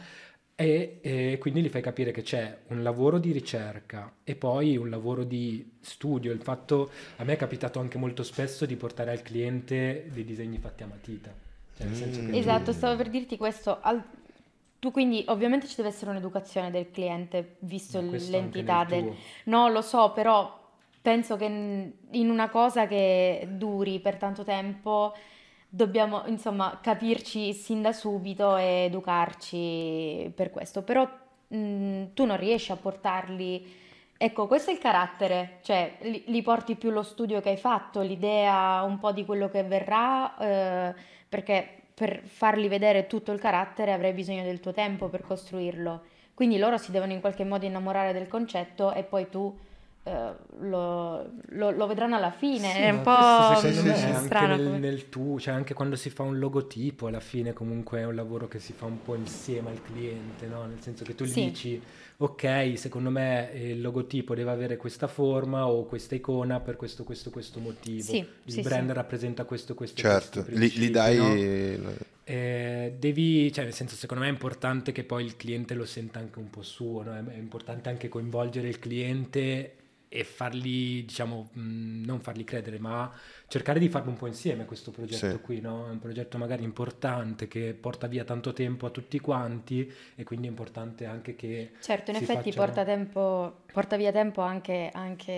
e, e quindi gli fai capire che c'è un lavoro di ricerca e poi un lavoro di studio. Il fatto, a me è capitato anche molto spesso di portare al cliente dei disegni fatti a matita. Cioè, nel senso che tu- Esatto, stavo per dirti questo. Al- tu quindi ovviamente ci deve essere un'educazione del cliente, visto Ma l- questo anche l'entità nel del... tuo. No, lo so, però penso che in in una cosa che duri per tanto tempo dobbiamo, insomma, capirci sin da subito e educarci per questo. Però mh, tu non riesci a portarli... Ecco, questo è il carattere, cioè li, li porti più lo studio che hai fatto, l'idea un po' di quello che verrà, eh, perché per farli vedere tutto il carattere avrei bisogno del tuo tempo per costruirlo. Quindi loro si devono in qualche modo innamorare del concetto e poi tu eh, lo, lo- lo vedranno alla fine. Sì, È un ma questo po' Sì, secondo sì, me sì. è mm, anche strano nel, come... nel tuo, cioè anche quando si fa un logotipo, alla fine comunque è un lavoro che si fa un po' insieme al cliente, no? Nel senso che tu gli Sì, dici, ok, secondo me eh, il logotipo deve avere questa forma o questa icona per questo, questo, questo motivo. sì, Il sì, brand sì. rappresenta questo, questo e questi Certo, li, li principi, no? dai... Eh, devi, cioè nel senso secondo me è importante che poi il cliente lo senta anche un po' suo, no? È, è importante anche coinvolgere il cliente e fargli, diciamo, mh, non fargli credere, ma cercare di farlo un po' insieme questo Sì. progetto qui, no? È un progetto magari importante che porta via tanto tempo a tutti quanti e quindi è importante anche che Certo, in si effetti facciano... porta tempo, porta via tempo anche,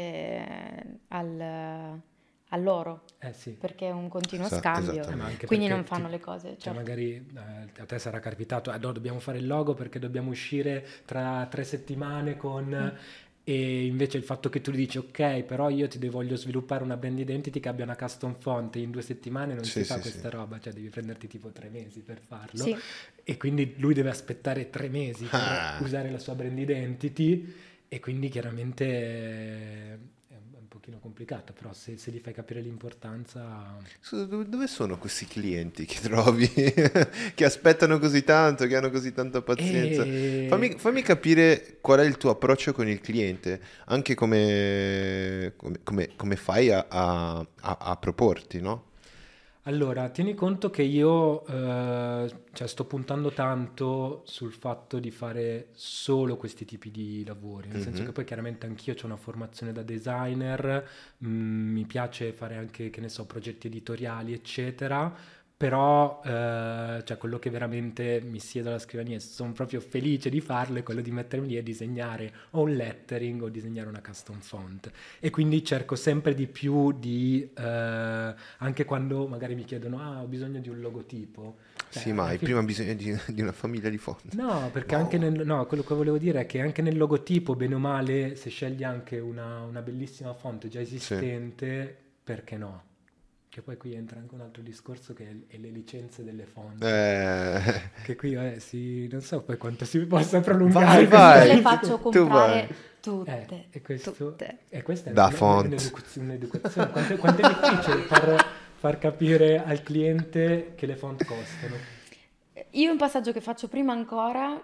anche al, a loro, Eh sì. perché è un continuo Esa- Eh, scambio, ma esattamente. anche quindi perché non fanno ti- le cose, cioè certo. magari eh, a te sarà capitato, eh, no, dobbiamo fare il logo perché dobbiamo uscire tra tre settimane con... Mm. E invece il fatto che tu gli dici, ok, però io ti devo- voglio sviluppare una brand identity che abbia una custom font e in due settimane non Sì, si fa sì, sì. questa roba, cioè devi prenderti tipo tre mesi per farlo. Sì, E quindi lui deve aspettare tre mesi per Ah. usare la sua brand identity e quindi chiaramente eh, è un è un pochino complicato, però se, se gli fai capire l'importanza... Su- Dove dove sono questi clienti che trovi che aspettano così tanto, che hanno così tanta pazienza? Fammi, E... fammi capire qual è il tuo approccio con il cliente, anche come, come, come- come fai a, a- a- a proporti, no? Allora, tieni conto che io eh, cioè, sto puntando tanto sul fatto di fare solo questi tipi di lavori, nel senso Mhm. che poi chiaramente anch'io ho una formazione da designer, mh, mi piace fare anche, che ne so, progetti editoriali, eccetera, però eh, cioè, quello che veramente mi siedo alla scrivania e sono proprio felice di farlo è quello di mettermi lì e disegnare o un lettering o disegnare una custom font. E quindi cerco sempre di più di, eh, anche quando magari mi chiedono, ah, ho bisogno di un logotipo. Cioè, Sì, ma alla hai fine... prima bisogno di, di una famiglia di font. No, perché No. anche nel... No, quello che volevo dire è che anche nel logotipo, bene o male, se scegli anche una, una bellissima font già esistente, perché no? Che poi qui entra anche un altro discorso che è, è le licenze delle font. Eh, Che qui, eh, si, non so poi quanto si possa prolungare. Vai, io le vai. faccio Tu comprare vai. tutte, Eh, e questo, tutte. e questa è Da un- font. un'educazione, un'educazione. Quanto, quanto è difficile far, far capire al cliente che le font costano. Io un passaggio che faccio prima ancora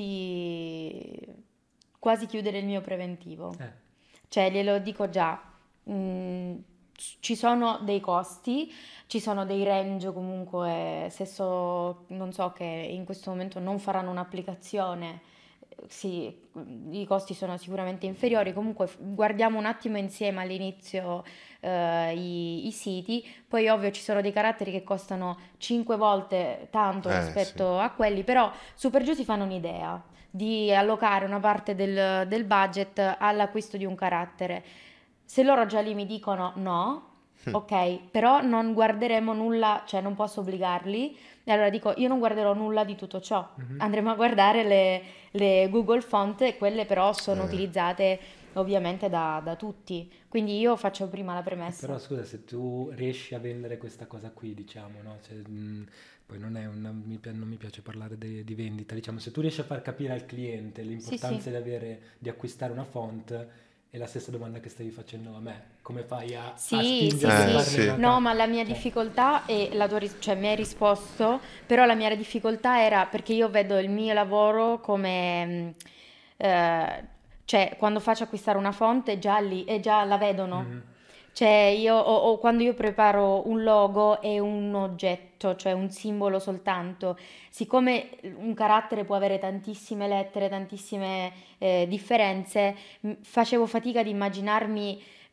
di quasi chiudere il mio preventivo, Eh, cioè glielo dico già, mm, ci sono dei costi, ci sono dei range comunque, se so, non so che in questo momento non faranno un'applicazione, sì, i costi sono sicuramente inferiori, comunque f- guardiamo un attimo insieme all'inizio eh, i, i siti, poi ovvio ci sono dei caratteri che costano cinque volte tanto Eh, rispetto a quelli, però su per giù si fanno un'idea di allocare una parte del, del budget all'acquisto di un carattere. Se loro già lì mi dicono no, ok, però non guarderemo nulla, cioè non posso obbligarli, e allora dico io non guarderò nulla di tutto ciò, mhm. andremo a guardare le, le Google Font, e quelle però sono Eh. utilizzate ovviamente da, da tutti, quindi io faccio prima la premessa. Però scusa, se tu riesci a vendere questa cosa qui, diciamo, no? Cioè, mh, poi non è una, mi pi- non mi piace parlare de- di vendita, diciamo, se tu riesci a far capire al cliente l'importanza sì. di avere, di acquistare una font, è la stessa domanda che stavi facendo a me, come fai a, a Sì, sì, spingermi a Eh, farne sì. una no, ca- ma la mia cioè, difficoltà e la tua ris- cioè mi hai risposto, però la mia difficoltà era perché io vedo il mio lavoro come, mh, eh, cioè quando faccio acquistare una fonte già lì, e già la vedono. mhm. Cioè io, o, o quando io preparo un logo è un oggetto, cioè un simbolo soltanto. Siccome un carattere può avere tantissime lettere, tantissime eh, differenze, m- facevo fatica ad immaginarmi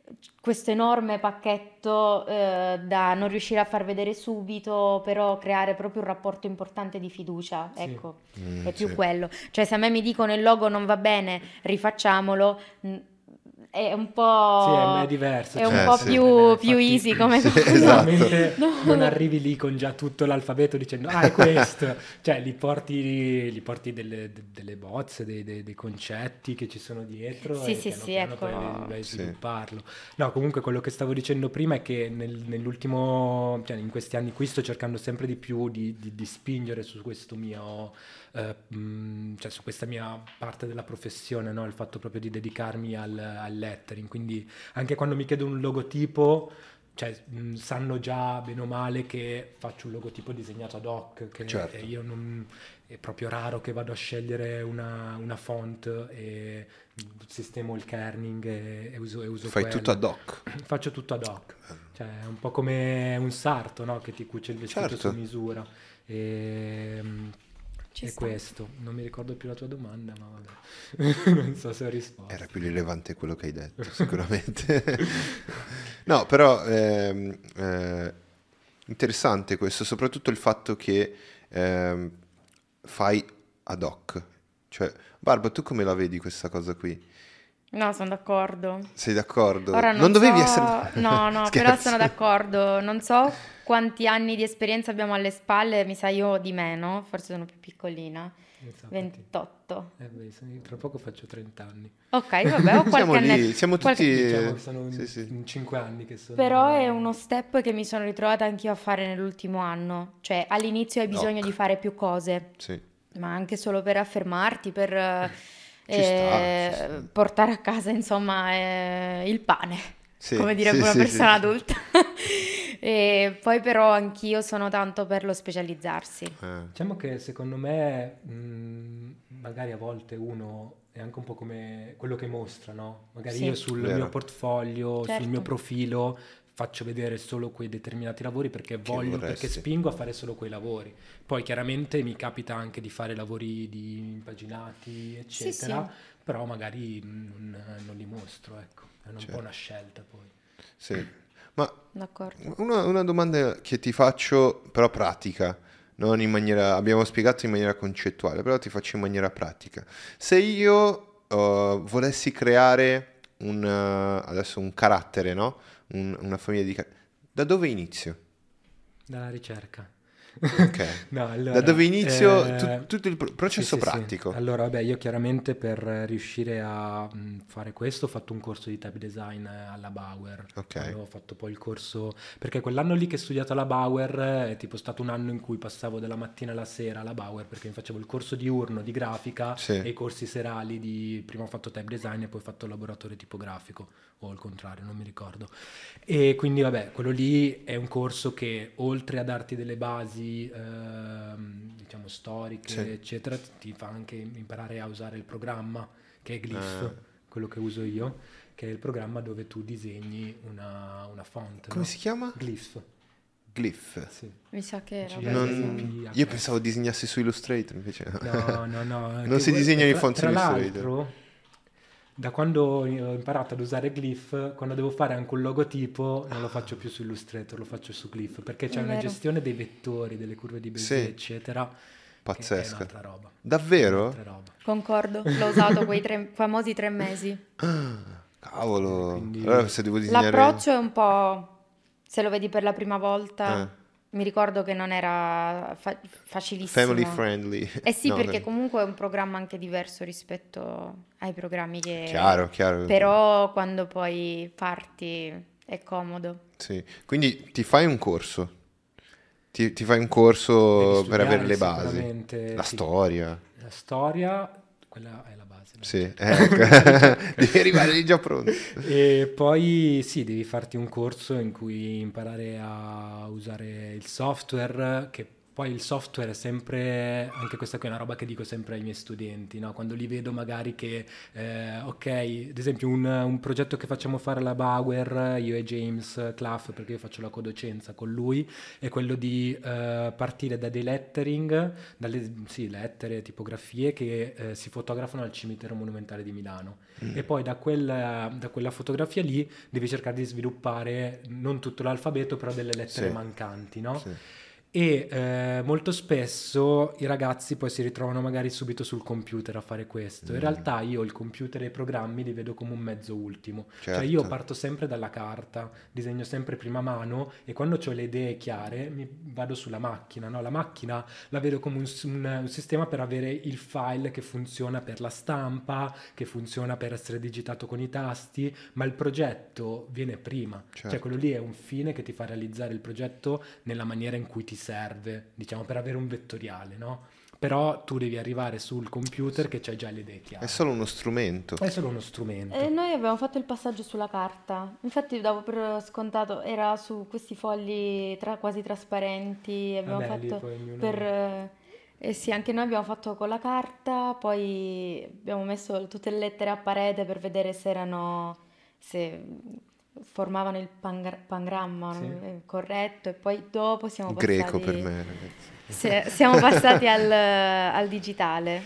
questo enorme pacchetto eh, da non riuscire a far vedere subito, però creare proprio un rapporto importante di fiducia, Sì. ecco, Mm, è più sì. quello. Cioè se a me mi dicono il logo non va bene, rifacciamolo, mh, è un po'... Sì, è, è diverso. è un cioè, Eh, po' sì. eh, più, infatti, più easy come sì, cosa. esatto. sicuramente No. non arrivi lì con già tutto l'alfabeto dicendo ah è questo, cioè li porti, li porti delle, de- delle bozze, dei, dei- dei concetti che ci sono dietro Sì, e sì, piano sì, piano ecco. poi vai, vai a Sì. svilupparlo. No, comunque quello che stavo dicendo prima è che nel- nell'ultimo, cioè in questi anni qui sto cercando sempre di più di, di- di spingere su questo mio, eh, mh, cioè su questa mia parte della professione, no? Il fatto proprio di dedicarmi al, al lettering, quindi anche quando mi chiedo un logotipo, cioè, mh, sanno già bene o male che faccio un logotipo disegnato ad hoc, che Certo. e io non, è proprio raro che vado a scegliere una, una font e sistemo il kerning e, e uso, e uso Fai quello. tutto ad hoc. Faccio tutto ad hoc, cioè è un po' come un sarto, no? Che ti cuce il vestito Certo. su misura. E, Ci è sta. questo, non mi ricordo più la tua domanda, ma vabbè, non so se ho risposto. Era più rilevante quello che hai detto, sicuramente. No, però ehm, eh, interessante questo, soprattutto il fatto che ehm, fai ad hoc. Cioè, Barba, tu come la vedi questa cosa qui? No, sono d'accordo. Sei d'accordo? Ora non, Non dovevi so- essere... No, no, Scherzo. però sono d'accordo. Non so quanti anni di esperienza abbiamo alle spalle, mi sa io di meno, forse sono più piccolina. Esatto. ventotto. Eh beh, sono- tra poco faccio trenta anni. Ok, vabbè, ho qualche Siamo lì, annetto. siamo qualche- tutti... Diciamo che sono Sì, sì. in cinque anni che sono... Però è uno step che mi sono ritrovata anch'io a fare nell'ultimo anno. Cioè, all'inizio hai bisogno Doc. di fare più cose, Sì. ma anche solo per affermarti, per eh, Ci sta, eh, ci sta. portare a casa, insomma, eh, il pane, Sì, come direbbe sì, una sì, persona sì. adulta. E poi però anch'io sono tanto per lo specializzarsi. Eh, Diciamo che secondo me, mh, magari a volte uno è anche un po' come quello che mostra, no? Magari Sì. io sul Vero. mio portfolio, Certo. sul mio profilo faccio vedere solo quei determinati lavori perché Che voglio, perché vorresti. spingo a fare solo quei lavori. Poi chiaramente mi capita anche di fare lavori di impaginati, Sì, eccetera, sì. però magari non, non li mostro, ecco. È un Certo. po' una scelta poi. sì. Ma D'accordo. una, una domanda che ti faccio, però pratica, non in maniera... Abbiamo spiegato in maniera concettuale, però ti faccio in maniera pratica. Se io uh, volessi creare un, uh, adesso un carattere, no? Un- una famiglia di... ca- Da dove inizio? Dalla ricerca. Ok. No, allora, Da dove inizio eh, tu- tutto il pro- processo sì, sì, sì. pratico? Allora, vabbè, io chiaramente per riuscire a mh, fare questo ho fatto un corso di type design eh, alla Bauer. Ok. Quando ho fatto poi il corso, perché quell'anno lì che ho studiato alla Bauer eh, è tipo stato un anno in cui passavo dalla mattina alla sera alla Bauer perché mi facevo il corso diurno di grafica Sì. e i corsi serali di prima ho fatto type design e poi ho fatto il laboratorio tipografico o il contrario, non mi ricordo. E quindi vabbè, quello lì è un corso che oltre a darti delle basi ehm, diciamo storiche Sì. eccetera ti fa anche imparare a usare il programma che è Glyph, Ah. quello che uso io, che è il programma dove tu disegni una, una font. Come no? si chiama? Glyph, Glyph. sì. Mi sa che era G- Non- G- Io pensavo disegnassi su Illustrator invece. No, no, no. Non che si voi- disegnano i tra- font su Tra Illustrator. l'altro, da quando ho imparato ad usare Glyph, quando devo fare anche un logotipo, non lo faccio più su Illustrator, lo faccio su Glyph, perché c'è È una vero. gestione dei vettori, delle curve di Bézier, Sì. eccetera, che è Pazzesca. un'altra roba. Davvero? Un'altra roba. Concordo, l'ho usato quei tre, famosi tre mesi. Cavolo. Quindi- Allora se devo disegnare... L'approccio è un po', se lo vedi per la prima volta, Eh. mi ricordo che non era fa- facilissimo. Family friendly. Eh sì, No, perché no. comunque è un programma anche diverso rispetto ai programmi che... Chiaro, chiaro. Però quando poi parti è comodo. Sì. Quindi ti fai un corso. Ti, ti fai un corso Devi per avere studiare le basi. sicuramente, La sì. storia. La storia, quella è la base. no? Sì, ecco. Devi arrivare lì già pronto. E poi sì, devi farti un corso in cui imparare a usare il software, che poi il software è sempre, anche questa qui è una roba che dico sempre ai miei studenti, no? Quando li vedo magari che, eh, ok, ad esempio un, un progetto che facciamo fare alla Bauer, io e James Clough, perché io faccio la codocenza con lui, è quello di eh, partire da dei lettering, dalle sì, lettere, tipografie che eh, si fotografano al cimitero monumentale di Milano. Mm. E poi da quella, da quella fotografia lì devi cercare di sviluppare non tutto l'alfabeto, però delle lettere Sì. mancanti, no? Sì. E eh, molto spesso i ragazzi poi si ritrovano magari subito sul computer a fare questo. In Mm. realtà io il computer e i programmi li vedo come un mezzo ultimo. Certo. Cioè io parto sempre dalla carta, disegno sempre prima mano e quando ho le idee chiare mi vado sulla macchina, no? La macchina la vedo come un, un, un sistema per avere il file che funziona per la stampa, che funziona per essere digitato con i tasti, ma il progetto viene prima. Certo. Cioè quello lì è un fine che ti fa realizzare il progetto nella maniera in cui ti serve, diciamo, per avere un vettoriale, no? Però tu devi arrivare sul computer che c'hai già le idee chiare. È solo uno strumento. È solo uno strumento. E noi abbiamo fatto il passaggio sulla carta. Infatti davo per scontato, era su questi fogli tra- quasi trasparenti. Abbiamo Vabbè, lì fatto poi ognuno- per... Eh sì, anche noi abbiamo fatto con la carta, poi abbiamo messo tutte le lettere a parete per vedere se erano... se formavano il pangra- pangramma Sì. eh, corretto, e poi dopo siamo Greco passati... per me, ragazzi. se- siamo passati al, al digitale.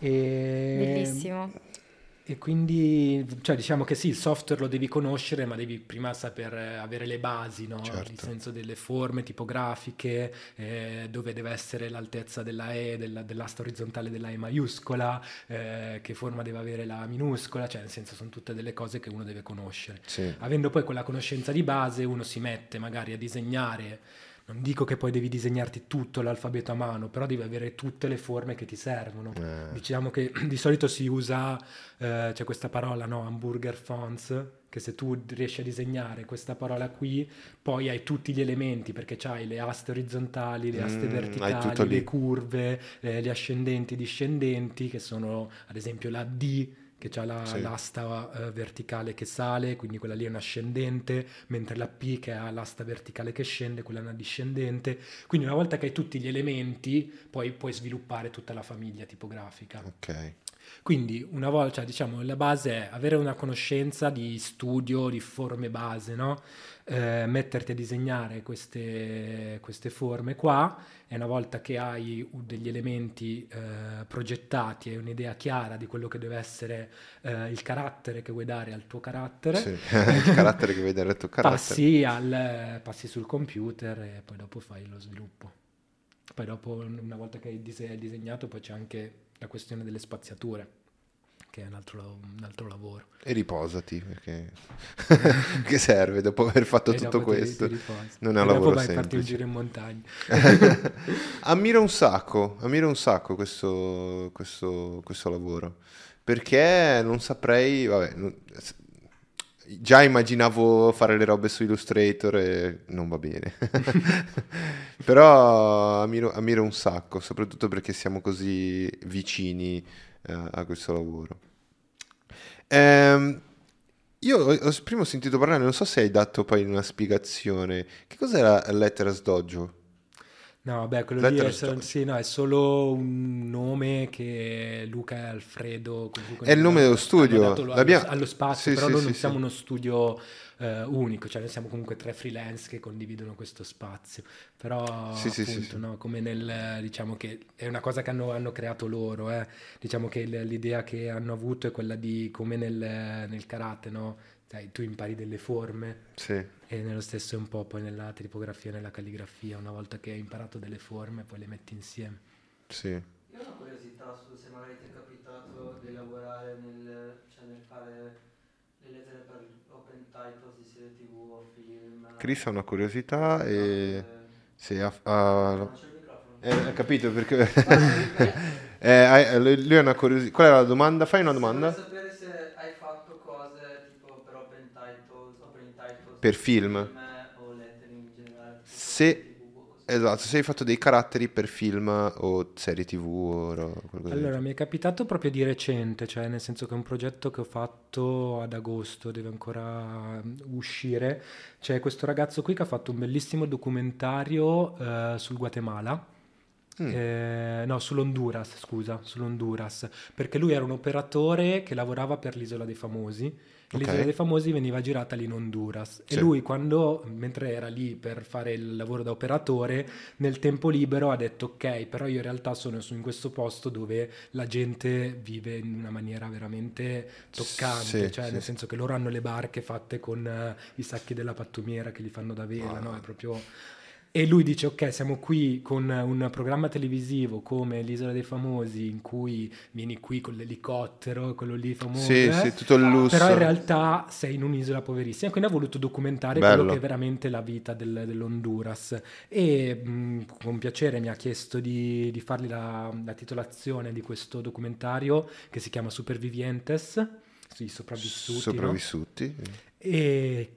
E... Bellissimo. E quindi, cioè diciamo che sì, il software lo devi conoscere, ma devi prima saper avere le basi, no? Certo. Nel senso delle forme tipografiche, eh, dove deve essere l'altezza della E, della, dell'asta orizzontale della E maiuscola, eh, che forma deve avere la minuscola, cioè nel senso sono tutte delle cose che uno deve conoscere. Sì. Avendo poi quella conoscenza di base, uno si mette magari a disegnare. Non dico che poi devi disegnarti tutto l'alfabeto a mano, però devi avere tutte le forme che ti servono. Eh. Diciamo che di solito si usa, eh, c'è questa parola, no? Hamburger fonts, che se tu riesci a disegnare questa parola qui, poi hai tutti gli elementi, perché c'hai le aste orizzontali, le aste Mm, hai tutto verticali, lì. le curve, eh, le ascendenti, discendenti, che sono ad esempio la D, che ha la, Sì. l'asta eh, verticale che sale, quindi quella lì è un ascendente, mentre la P che ha l'asta verticale che scende, quella è una discendente. Quindi una volta che hai tutti gli elementi, poi puoi sviluppare tutta la famiglia tipografica. Ok. Quindi una volta, cioè, diciamo, la base è avere una conoscenza di studio, di forme base, no? Eh, metterti a disegnare queste, queste forme qua, e una volta che hai degli elementi eh, progettati e un'idea chiara di quello che deve essere eh, il carattere che vuoi dare al tuo carattere, Sì. Il carattere che vedi nel tuo carattere. passi, al, passi sul computer e poi dopo fai lo sviluppo. Poi dopo, una volta che hai dise- disegnato, poi c'è anche la questione delle spaziature, che è un altro, un altro lavoro. E riposati, perché che serve dopo aver fatto E tutto dopo ti- questo? ti riposi. Non è un E dopo lavoro vai a farti un semplice. giro in montagna. Ammiro un sacco, ammiro un sacco questo, questo, questo lavoro, perché non saprei, vabbè, non- già immaginavo fare le robe su Illustrator e non va bene, però ammiro, ammiro un sacco, soprattutto perché siamo così vicini eh, a questo lavoro. Ehm, io ho, ho- prima ho sentito parlare, non so se hai dato poi una spiegazione, che cos'era Letters Dojo? No, vabbè, quello lì è, Letters solo, Dojo. sì, no, è solo un nome che Luca e Alfredo... con cui È il nome dello hanno studio. dato allo, L'abbiamo- allo spazio, Sì, però sì, noi sì, non sì. siamo uno studio eh, unico, cioè noi siamo comunque tre freelance che condividono questo spazio, però Sì, sì, sì, appunto, sì. no, come nel, diciamo che è una cosa che hanno, hanno creato loro, eh. Diciamo che l- l'idea che hanno avuto è quella di, come nel, nel karate, no? Sai, tu impari delle forme, Sì. e nello stesso è un po' poi nella tipografia e nella calligrafia, una volta che hai imparato delle forme poi le metti insieme. Sì. Io ho una curiosità su se magari ti è capitato di lavorare nel, cioè nel fare le lettere per open titles di serie tv o film. Chris ha una curiosità e Eh, se ha, ha- non c'è il microfono. eh, ha capito perché eh, hai- lui lui ha una curiosità. Qual è la domanda? Fai una domanda? Vorrei sapere se hai fatto cose tipo per open titles, open titles Per film. o lettering in generale. tipo Se- serie T V o così. Esatto, se hai fatto dei caratteri per film o serie tv o ro- qualcosa del Allora, mi è capitato proprio di recente, cioè nel senso che è un progetto che ho fatto ad agosto, deve ancora mm, uscire. C'è questo ragazzo qui che ha fatto un bellissimo documentario eh, sul Guatemala, Mm. Eh, no, sull'Honduras, scusa, sull'Honduras, perché lui era un operatore che lavorava per l'Isola dei Famosi. Okay. L'Isola dei Famosi veniva girata lì in Honduras, sì. E lui quando, mentre era lì per fare il lavoro da operatore, nel tempo libero ha detto ok, però io in realtà sono in questo posto dove la gente vive in una maniera veramente toccante, sì, cioè sì, nel senso che loro hanno le barche fatte con uh, i sacchi della pattumiera che li fanno da vela, wow. No? È proprio... E lui dice ok, siamo qui con un programma televisivo come l'Isola dei Famosi, in cui vieni qui con l'elicottero, quello lì famoso, sì, eh? Sì, tutto il lusso. Però in realtà sei in un'isola poverissima, quindi ha voluto documentare Bello. Quello che è veramente la vita del, dell'Honduras. E mh, con piacere mi ha chiesto di, di fargli la, la titolazione di questo documentario che si chiama Supervivientes, sui sopravvissuti. Sopravvissuti. No? E...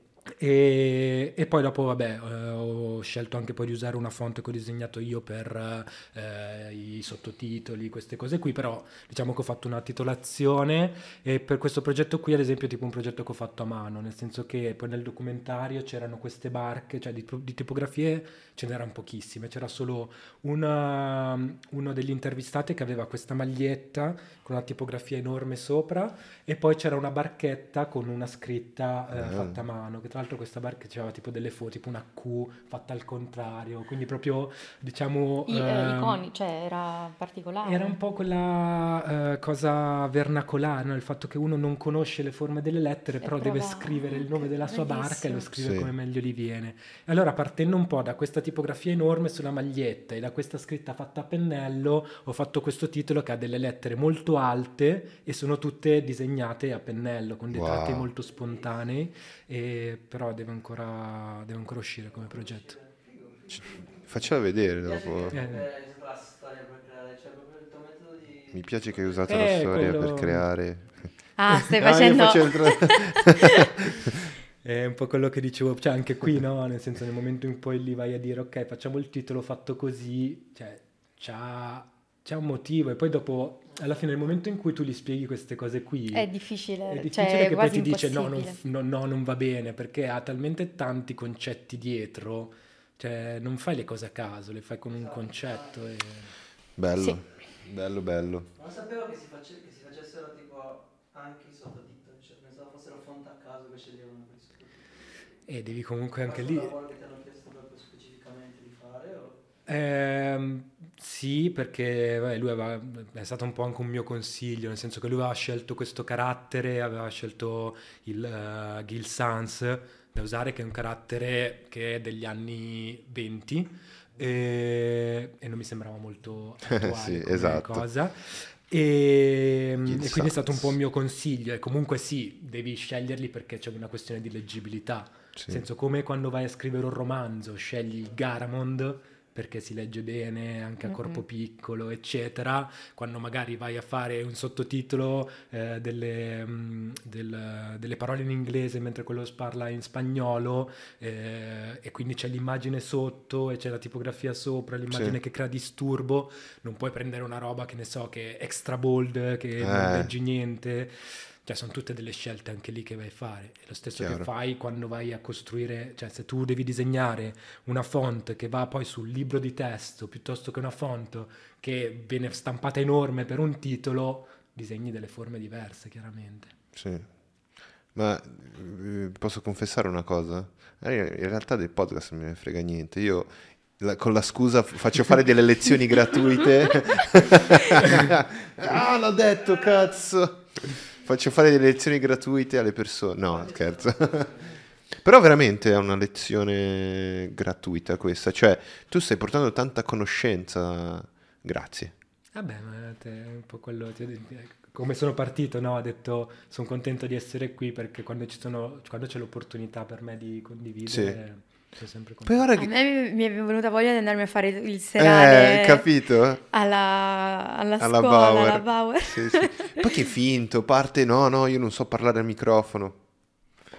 E, e poi dopo vabbè eh, ho scelto anche poi di usare una fonte che ho disegnato io per eh, i sottotitoli, queste cose qui, però diciamo che ho fatto una titolazione e per questo progetto qui ad esempio tipo un progetto che ho fatto a mano, nel senso che poi nel documentario c'erano queste barche, cioè di, di tipografie ce n'erano pochissime, c'era solo una, uno degli intervistati che aveva questa maglietta con una tipografia enorme sopra e poi c'era una barchetta con una scritta eh, mm. fatta a mano, che tra l'altro questa barca c'aveva tipo delle foto, tipo una Q fatta al contrario, quindi proprio diciamo... I, eh, iconi, cioè era particolare. Era un po' quella eh, cosa vernacolare, no? Il fatto che uno non conosce le forme delle lettere, però prova... deve scrivere il nome della sua Bellissimo. Barca e lo scrive sì. come meglio gli viene. E allora partendo un po' da questa tipografia enorme sulla maglietta e da questa scritta fatta a pennello, ho fatto questo titolo che ha delle lettere molto alte e sono tutte disegnate a pennello con dei wow. tratti molto spontanei, e però deve ancora, deve ancora uscire come progetto. Faccela vedere dopo. Eh. La storia per creare, cioè proprio il tuo metodo di... Mi piace che hai usato eh, la storia quello... per creare. Ah, stai facendo... Ah, io faccio È un po' quello che dicevo, cioè anche qui, no? Nel senso, nel momento in cui lì vai a dire ok, facciamo il titolo fatto così, cioè c'ha, c'è un motivo, e poi dopo, alla fine, nel momento in cui tu gli spieghi queste cose qui, è difficile, è difficile cioè, che poi ti dice no impossibile. non, no, no, non va bene, perché ha talmente tanti concetti dietro, cioè non fai le cose a caso, le fai con un concetto. E... Bello, sì. bello, bello. Non sapevo che si, face, che si facessero tipo anche i sottotitoli, cioè pensavo fossero fonte a caso che sceglievano quei sottotitoli. E devi comunque anche Questo lì... è un lavoro che ti hanno chiesto proprio specificamente di fare? O... Eh, sì, perché vabbè, lui aveva, è stato un po' anche un mio consiglio, nel senso che lui aveva scelto questo carattere, aveva scelto il uh, Gil Sans da usare, che è un carattere che è degli anni venti e, e non mi sembrava molto attuale sì, come esatto. cosa. E, e quindi è stato un po' un mio consiglio, e comunque sì, devi sceglierli perché c'è una questione di leggibilità, sì. Nel senso, come quando vai a scrivere un romanzo scegli il Garamond perché si legge bene anche a corpo piccolo, eccetera. Quando magari vai a fare un sottotitolo eh, delle, mh, del, delle parole in inglese mentre quello parla in spagnolo, eh, e quindi c'è l'immagine sotto e c'è la tipografia sopra, l'immagine sì. che crea disturbo, non puoi prendere una roba che ne so, che è extra bold, che eh. non leggi niente. Cioè sono tutte delle scelte anche lì che vai a fare. È lo stesso Chiaro. Che fai quando vai a costruire, cioè se tu devi disegnare una font che va poi sul libro di testo piuttosto che una font che viene stampata enorme per un titolo, disegni delle forme diverse chiaramente. Sì, ma eh, posso confessare una cosa? In realtà del podcast non me ne frega niente, io... La, con la scusa faccio fare delle lezioni gratuite. Ah, l'ho detto, cazzo! Faccio fare delle lezioni gratuite alle persone. No, scherzo. Però veramente è una lezione gratuita questa. Cioè, tu stai portando tanta conoscenza. Grazie. Vabbè, ma te, un po' quello... Come sono partito, no? Ho detto, sono contento di essere qui perché quando, ci sono, quando c'è l'opportunità per me di condividere... Sì. Sempre che... A me mi è venuta voglia di andarmi a fare il serale eh, capito? alla, alla, alla scuola, Bauer. alla Bauer. Sì, sì. Poi che finto, parte no, no, io non so parlare al microfono.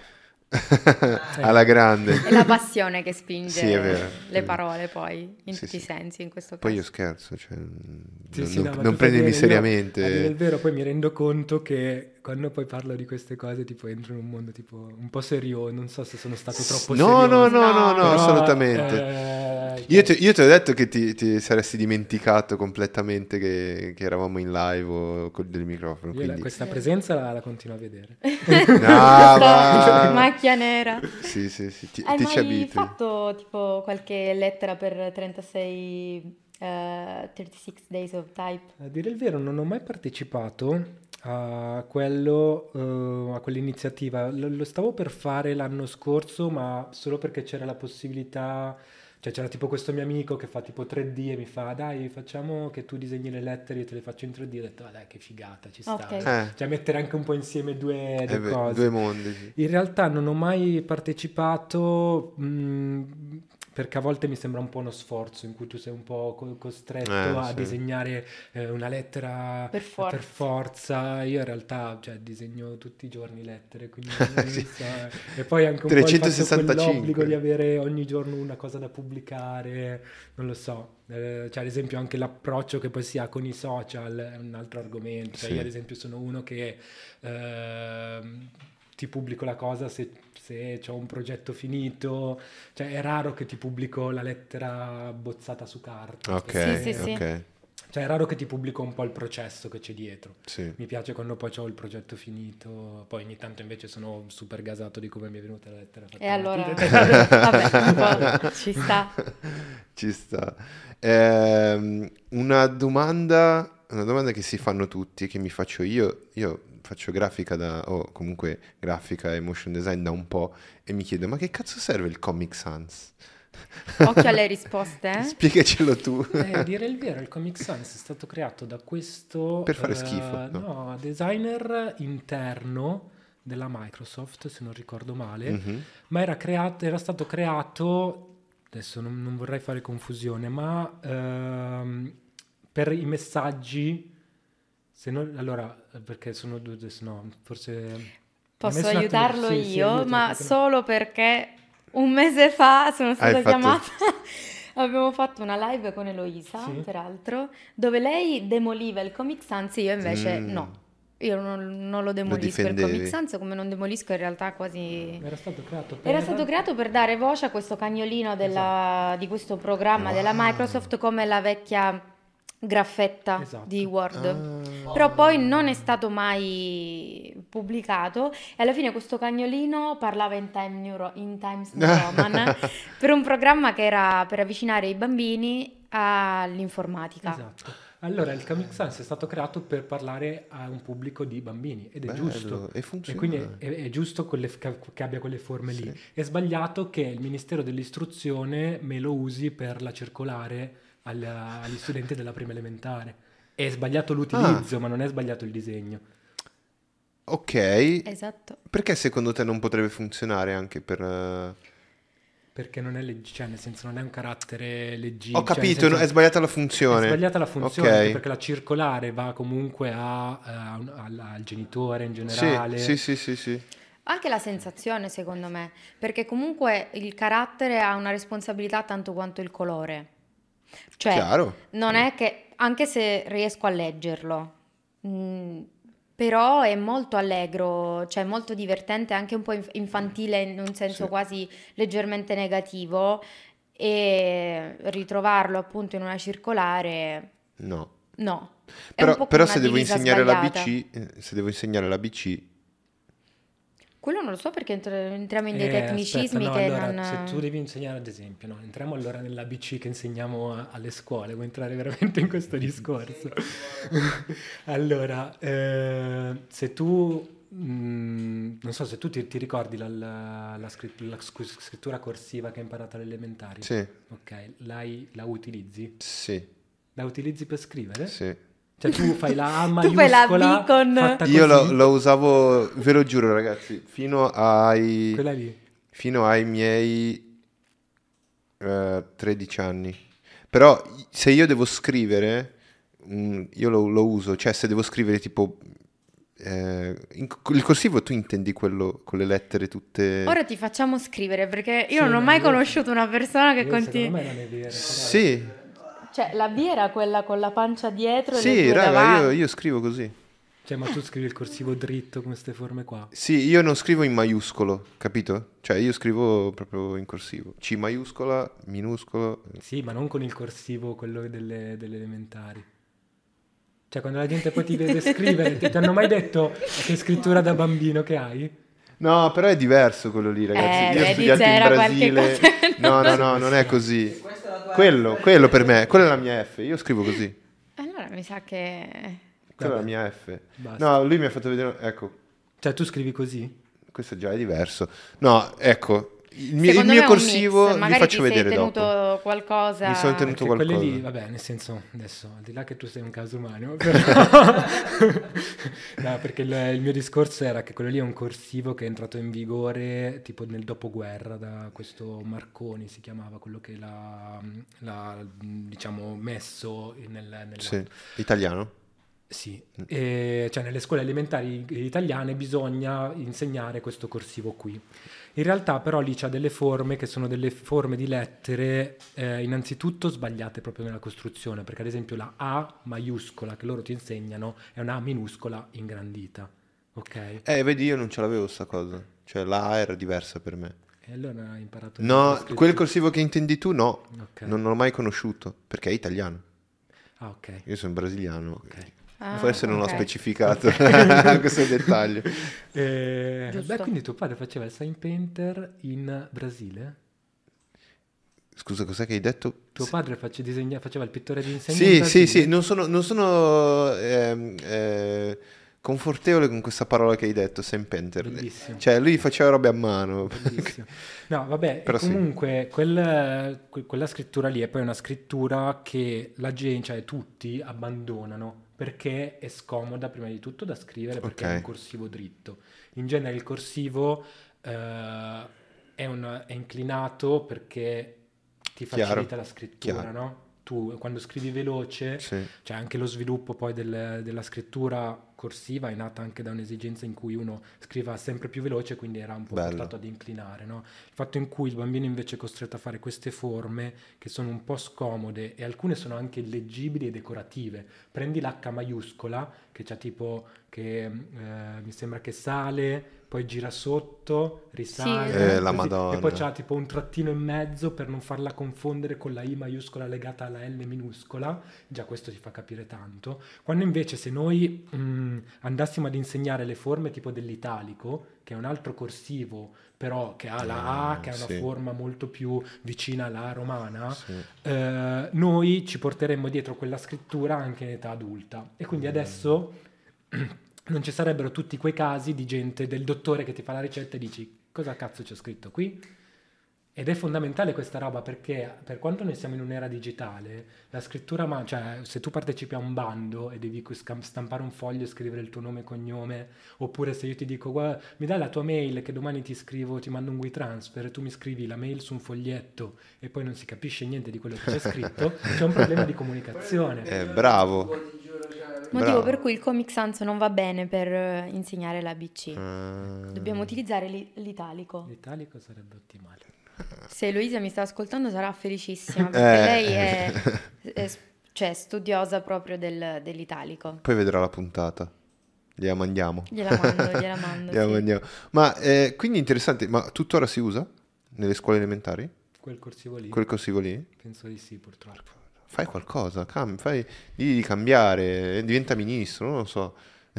alla grande. È la passione che spinge Sì, è vero. le parole poi, in Sì, tutti i sì. sensi in questo caso. Poi io scherzo, cioè, Sì, non, sì, non- no, ma non tu fai prendimi bene. Io, seriamente. a dire il vero, poi mi rendo conto che quando poi parlo di queste cose, tipo, entro in un mondo tipo un po' serio, non so se sono stato troppo No, serioso. no, no, no, No. no, Però, assolutamente. eh, Io ti, io ti ho detto che ti, ti saresti dimenticato completamente che, che eravamo in live o con del microfono. io la- Quindi... questa presenza la, la continuo a vedere. No, Questa va. macchia nera. Sì, sì, sì, ti, Hai ti ci mai abitui. fatto tipo qualche lettera per trentasei eh, trentasei Days of Type? A dire il vero, non ho mai partecipato a quello, eh, a quell'iniziativa. Lo, lo stavo per fare l'anno scorso, ma solo perché c'era la possibilità, cioè c'era tipo questo mio amico che fa tipo tre D e mi fa, dai, facciamo che tu disegni le lettere, io te le faccio in tre D. Ho detto, ah, dai, che figata, ci sta. Ok. Eh, Cioè mettere anche un po' insieme due, è due ve- cose. due mondi. Sì. In realtà non ho mai partecipato, mh, perché a volte mi sembra un po' uno sforzo in cui tu sei un po' co- costretto Eh, a sì. disegnare eh, una lettera Per forza. per forza. Io in realtà, cioè, disegno tutti i giorni lettere, quindi non Sì. so. E poi anche un po' il fatto trecentosessantacinque. quell'obbligo di avere ogni giorno una cosa da pubblicare, non lo so. Eh, cioè, ad esempio, anche l'approccio che poi si ha con i social è un altro argomento. Cioè, Sì. io ad esempio sono uno che ehm, ti pubblico la cosa se, se ho un progetto finito, cioè è raro che ti pubblico la lettera bozzata su carta. Ok, Sì, sì, sì. ok. Cioè è raro che ti pubblico un po' il processo che c'è dietro. Sì. Mi piace quando poi ho il progetto finito, poi ogni tanto invece sono super gasato di come mi è venuta la lettera. fatta E allora, mattina. vabbè, un po' ci sta. Ci sta. Ehm, una domanda, una domanda che si fanno tutti, che mi faccio io. Io faccio grafica da, o comunque grafica e motion design da un po' e mi chiedo, ma che cazzo serve il Comic Sans? Occhio alle risposte, eh? Spiegacelo tu. Eh, a dire il vero, il Comic Sans è stato creato da questo Per fare eh, schifo, no? no, designer interno della Microsoft, se non ricordo male, Mhm. ma era, creato, era stato creato, adesso non, non vorrei fare confusione, ma ehm, per i messaggi, se non, allora, perché sono due, adesso no, forse... Posso i messaggi- aiutarlo sì, sì, io, aiutami, ma perché no. solo perché un mese fa sono stata Hai fatto- chiamata. Abbiamo fatto una live con Eloisa, Sì. peraltro, dove lei demoliva il Comic Sans e io invece Mm. no. Io non, non lo demolisco il difendevi. Comic Sans, come non demolisco in realtà quasi... Era stato creato per... Era stato creato per dare voce a questo cagnolino della- di questo programma della Wow. Microsoft, come la vecchia graffetta Esatto. di Word. Ah. Però poi non è stato mai pubblicato e alla fine questo cagnolino parlava in, Time New Ro- in Times New Roman per un programma che era per avvicinare i bambini all'informatica. Esatto. Allora, il Comic Sans è stato creato per parlare a un pubblico di bambini ed è Bello, giusto. e funziona. quindi è, è giusto quelle- che che abbia quelle forme lì. È sbagliato che il Ministero dell'Istruzione me lo usi per la circolare alla- agli studenti della prima elementare. È sbagliato l'utilizzo, ma non è sbagliato il disegno. Ok, Esatto. perché secondo te non potrebbe funzionare anche per... eh, Perché non è legg- cioè, nel senso non è un carattere leggibile. Ho cioè, nel capito, senso- no, è sbagliata la È funzione. sbagliata la funzione, Ok. anche perché la circolare va comunque a, eh, a un- al, al genitore in generale. Sì, sì, sì, sì, sì. Anche la sensazione, secondo me, perché comunque il carattere ha una responsabilità tanto quanto il colore. Cioè, Chiaro. non è che, anche se riesco a leggerlo, mh, però è molto allegro, cioè molto divertente, anche un po' inf- infantile in un senso Sì. quasi leggermente negativo, e ritrovarlo appunto in una circolare, No. no. È Però, un po' però come se una devo divisa insegnare la sbagliata. B C, eh, se devo insegnare la B C, Quello non lo so perché entr- entriamo in dei Eh, tecnicismi aspetta, no, che allora, non... se tu devi insegnare ad esempio, no, entriamo allora nell'A B C che insegniamo a- alle scuole, vuoi entrare veramente in questo discorso? Allora, eh, se tu, mm, non so se tu ti, ti ricordi la, la- la scritt- la scu- scrittura corsiva che hai imparato alle elementari? sì, Ok, l'hai- la utilizzi? sì, La utilizzi per scrivere? sì. Cioè tu fai la A Tu maiuscola fai la B con- fatta Io lo, così? lo usavo, ve lo giuro ragazzi, fino ai, Quella lì. fino ai miei eh, tredici anni. Però se io devo scrivere, mm, io lo, lo uso, cioè se devo scrivere tipo eh, in- il corsivo tu intendi quello con le lettere tutte... Ora ti facciamo scrivere perché io Sì, non ho ma mai io- conosciuto una persona che Io, secondo continua. me non è vero. però- Sì, Cioè, la B era quella con la pancia dietro e le sì, due raga, io, davanti. io scrivo così. Cioè, ma tu scrivi il corsivo dritto con queste forme qua? Sì, io non scrivo in maiuscolo, capito? Cioè io scrivo proprio in corsivo. C maiuscola, minuscolo. Sì, ma non con il corsivo, quello delle, delle elementari. Cioè, quando la gente poi ti vede scrivere, ti, ti hanno mai detto che scrittura da bambino che hai? No, però è diverso quello lì, ragazzi. Eh, Io ho vedi, studiato in c'era qualche Brasile. cosa che No, non- no, no, non è così. Questa è la tua Quello, F. quello per me, quella è la mia F. Io scrivo così. Allora mi sa che... Quella è la Vabbè, mia F. basta. No, lui mi ha fatto vedere. Ecco, Cioè, tu scrivi così? questo già è diverso. No, ecco, il mio, il Secondo mio me è un corsivo mix. vi Magari faccio ti sei vedere tenuto dopo. qualcosa... Mi sono tenuto Perché quelle qualcosa. lì, vabbè, nel senso, adesso, al di là che tu sei un caso umano, però... no, perché il, il mio discorso era che quello lì è un corsivo che è entrato in vigore tipo nel dopoguerra da questo Marconi, si chiamava, quello che l'ha, l'ha, diciamo, messo nel, nella... Sì, italiano. Sì, e, cioè nelle scuole elementari italiane bisogna insegnare questo corsivo qui. In realtà però lì c'ha delle forme che sono delle forme di lettere eh, innanzitutto sbagliate proprio nella costruzione, perché ad esempio la A maiuscola che loro ti insegnano è una A minuscola ingrandita, ok? Eh, vedi, io non ce l'avevo sta cosa. Cioè la A era diversa per me. E allora hai imparato... No, le scritture. quel corsivo che intendi tu no, Ok. non l'ho mai conosciuto, perché è italiano. Ah, ok. Io sono brasiliano. Ok. Ah, Forse non l'ho ok. specificato questo dettaglio. Eh, Giusto. beh, quindi tuo padre faceva il sign painter in Brasile? Scusa, cos'è che hai detto? Tuo padre face- disegna- faceva il pittore di insegna in Sì, sì, Brasile? sì, non sono, non sono ehm, eh, confortevole con questa parola che hai detto, Sam Penter. Bellissimo. Cioè, lui faceva robe a mano. Bellissimo. No, vabbè, e Però sì. comunque quel- que- quella scrittura lì è poi una scrittura che la gente, cioè tutti, abbandonano perché è scomoda prima di tutto da scrivere, perché Ok. è un corsivo dritto. In genere il corsivo eh, è, un- è inclinato perché ti Chiaro, facilita la scrittura, chiaro. no? Tu quando scrivi veloce, Sì. cioè anche lo sviluppo poi del- della scrittura corsiva è nata anche da un'esigenza in cui uno scriva sempre più veloce, quindi era un po' Bello. portato ad inclinare, no? Il fatto in cui il bambino invece è costretto a fare queste forme che sono un po' scomode e alcune sono anche illeggibili e decorative. Prendi l'H maiuscola che c'ha tipo che eh, mi sembra che sale, poi gira sotto, risale, Sì, Eh, la così, Madonna. e poi c'ha tipo un trattino in mezzo per non farla confondere con la I maiuscola legata alla L minuscola, già questo ti fa capire tanto. Quando invece se noi mh, andassimo ad insegnare le forme tipo dell'italico, che è un altro corsivo, però che ha la A, Ah, che ha una sì. forma molto più vicina alla A romana, Sì. eh, noi ci porteremmo dietro quella scrittura anche in età adulta. E quindi Mm. adesso non ci sarebbero tutti quei casi di gente, del dottore che ti fa la ricetta e dici cosa cazzo c'è scritto qui? Ed è fondamentale questa roba perché per quanto noi siamo in un'era digitale, la scrittura, ma cioè se tu partecipi a un bando e devi scam- stampare un foglio e scrivere il tuo nome e cognome, oppure se io ti dico guarda, mi dai la tua mail che domani ti scrivo, ti mando un WeTransfer e tu mi scrivi la mail su un foglietto e poi non si capisce niente di quello che c'è scritto, c'è un problema di comunicazione. Eh, bravo. Ti giuro, cioè, Motivo Bravo. per cui il Comic Sans non va bene per eh, insegnare l'A B C. Ah. Dobbiamo utilizzare l'i- l'italico. L'italico sarebbe ottimale. Se Eloisa mi sta ascoltando sarà felicissima perché Eh. lei è, è s- cioè, studiosa proprio del- dell'italico. Poi vedrà la puntata. Gliela mandiamo. Gliela mando, gliela mando. Gliela sì. mandiamo. Ma eh, quindi interessante, ma tuttora si usa nelle scuole elementari? Quel corsivo lì? Quel corsivo lì? Penso di sì, cambia. Fai qualcosa, cam- fai, digli di cambiare, diventa ministro, non lo so.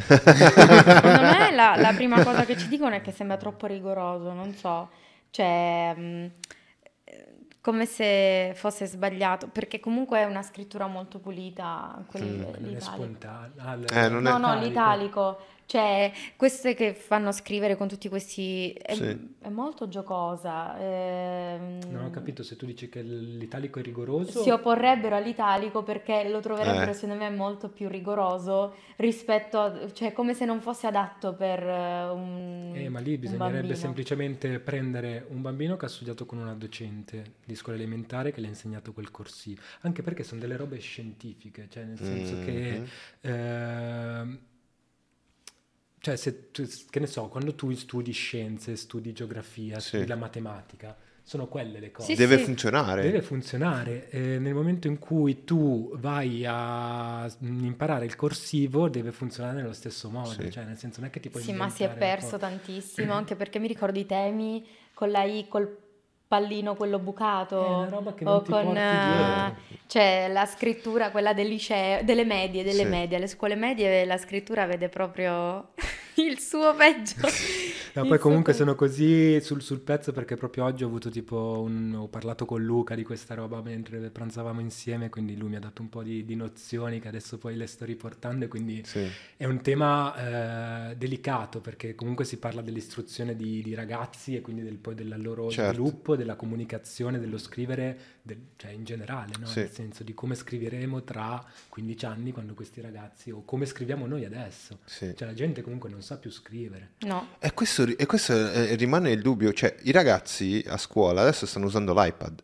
Secondo me la, la prima cosa che ci dicono è che sembra troppo rigoroso, non so, cioè mh, eh, come se fosse sbagliato, perché comunque è una scrittura molto pulita, quelli- Mm. Non è l'italico. spontaneo. Ah, l- Eh, non è- No, no, l'italico. l'italico, cioè queste che fanno scrivere con tutti questi... È, Sì. è molto giocosa. ehm, Non ho capito se tu dici che l'italico è rigoroso. Si opporrebbero all'italico perché lo troverebbero Eh. secondo me molto più rigoroso rispetto a... cioè come se non fosse adatto per eh, un Eh, ma lì un bisognerebbe bambino. semplicemente prendere un bambino che ha studiato con una docente di scuola elementare che le ha insegnato quel corsivo, anche perché sono delle robe scientifiche, cioè nel senso che Mhm. ehm, cioè, se tu- che ne so, quando tu studi scienze, studi geografia, Sì. studi la matematica, sono quelle le cose. Sì, Deve sì. funzionare. Deve funzionare. Eh, nel momento in cui tu vai a mm, imparare il corsivo, deve funzionare nello stesso modo. Sì. Cioè, nel senso, non è che ti puoi Sì, ma si è inventare una perso cosa. tantissimo, anche perché mi ricordo i temi con la I, col pallino quello bucato, È una roba che non o ti con porti eh, dietro. cioè la scrittura, quella del liceo, delle medie, delle Sì. medie, alle scuole medie la scrittura vede proprio il suo peggio. No, Il poi suo comunque peggio. sono così sul, sul pezzo perché proprio oggi ho avuto tipo un, ho parlato con Luca di questa roba mentre pranzavamo insieme, quindi lui mi ha dato un po' di, di nozioni che adesso poi le sto riportando e quindi Sì. è un tema eh, delicato perché comunque si parla dell'istruzione di, di ragazzi e quindi del, poi del loro Certo. sviluppo, della comunicazione, dello scrivere, del- cioè in generale, no? Sì. Nel senso di come scriveremo tra quindici anni quando questi ragazzi, o come scriviamo noi adesso. Sì. Cioè la gente comunque non sa più scrivere. No, E questo, e questo eh, rimane il dubbio, cioè i ragazzi a scuola adesso stanno usando l'iPad.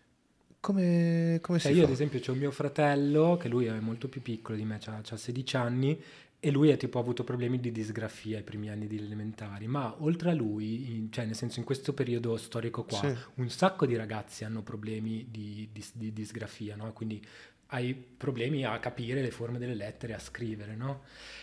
Come, come Cioè si io fa? ad esempio c'ho mio fratello, che lui è molto più piccolo di me, ha sedici anni, e lui ha tipo avuto problemi di disgrafia ai primi anni di elementari, ma oltre a lui, in- cioè nel senso in questo periodo storico qua, Sì. un sacco di ragazzi hanno problemi di, di- di disgrafia, no? Quindi hai problemi a capire le forme delle lettere, a scrivere, no?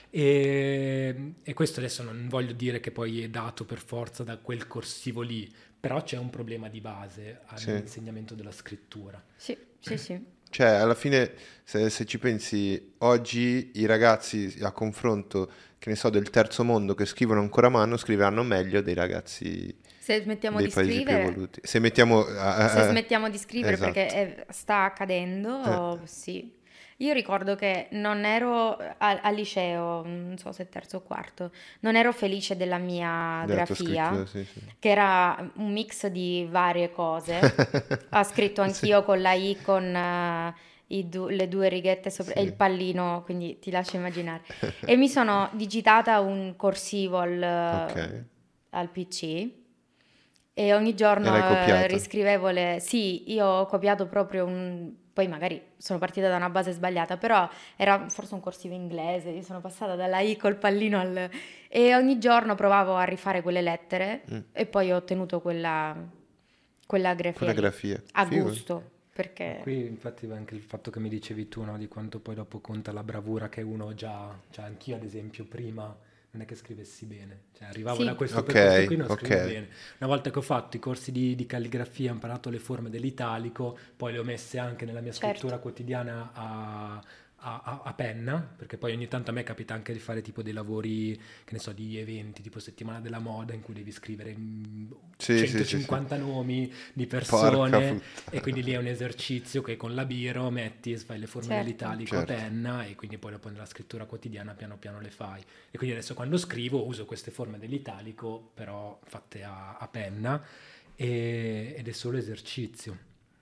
E, e questo adesso non voglio dire che poi è dato per forza da quel corsivo lì, però c'è un problema di base Sì. nell'insegnamento della scrittura. sì, sì, sì. Cioè, alla fine, se, se ci pensi, oggi i ragazzi a confronto, che ne so, del terzo mondo che scrivono ancora a mano, scriveranno meglio dei ragazzi Se smettiamo dei di paesi più scrivere, evoluti. Se mettiamo... a- se a- smettiamo di scrivere esatto. perché è- sta accadendo, Eh. sì. Io ricordo che non ero al, al liceo, non so se terzo o quarto, non ero felice della mia Della tua grafia, scrittura, sì, sì. che era un mix di varie cose. Ho scritto anch'io con la I, con eh, i du- le due righette sopra e Sì. il pallino, quindi ti lascio immaginare. E mi sono digitata un corsivo al, Ok. al P C e ogni giorno E l'hai eh, copiata? riscrivevo le... Sì, io ho copiato proprio un... Poi magari sono partita da una base sbagliata, però era forse un corsivo inglese, io sono passata dalla I col pallino al... E ogni giorno provavo a rifare quelle lettere Mm. e poi ho ottenuto quella, quella grafia Quella lì. grafia. A Figo. gusto, perché... Qui infatti va anche il fatto che mi dicevi tu, no, di quanto poi dopo conta la bravura che uno già, cioè anch'io ad esempio prima non è che scrivessi bene, cioè arrivavo Sì. da questo Ok, percorso qui non scrivo ok. bene. Una volta che ho fatto i corsi di, di calligrafia, ho imparato le forme dell'italico, poi le ho messe anche nella mia Certo. scrittura quotidiana a, a- a- a penna, perché poi ogni tanto a me capita anche di fare tipo dei lavori, che ne so, di eventi, tipo settimana della moda, in cui devi scrivere mm, Sì, sì, sì, centocinquanta nomi di Porca persone, puttana. e quindi lì è un esercizio che con la biro metti e fai le forme Certo. dell'italico Certo. a penna, e quindi poi dopo nella scrittura quotidiana piano piano le fai. E quindi adesso quando scrivo uso queste forme dell'italico, però fatte a, a penna, e- ed è solo esercizio.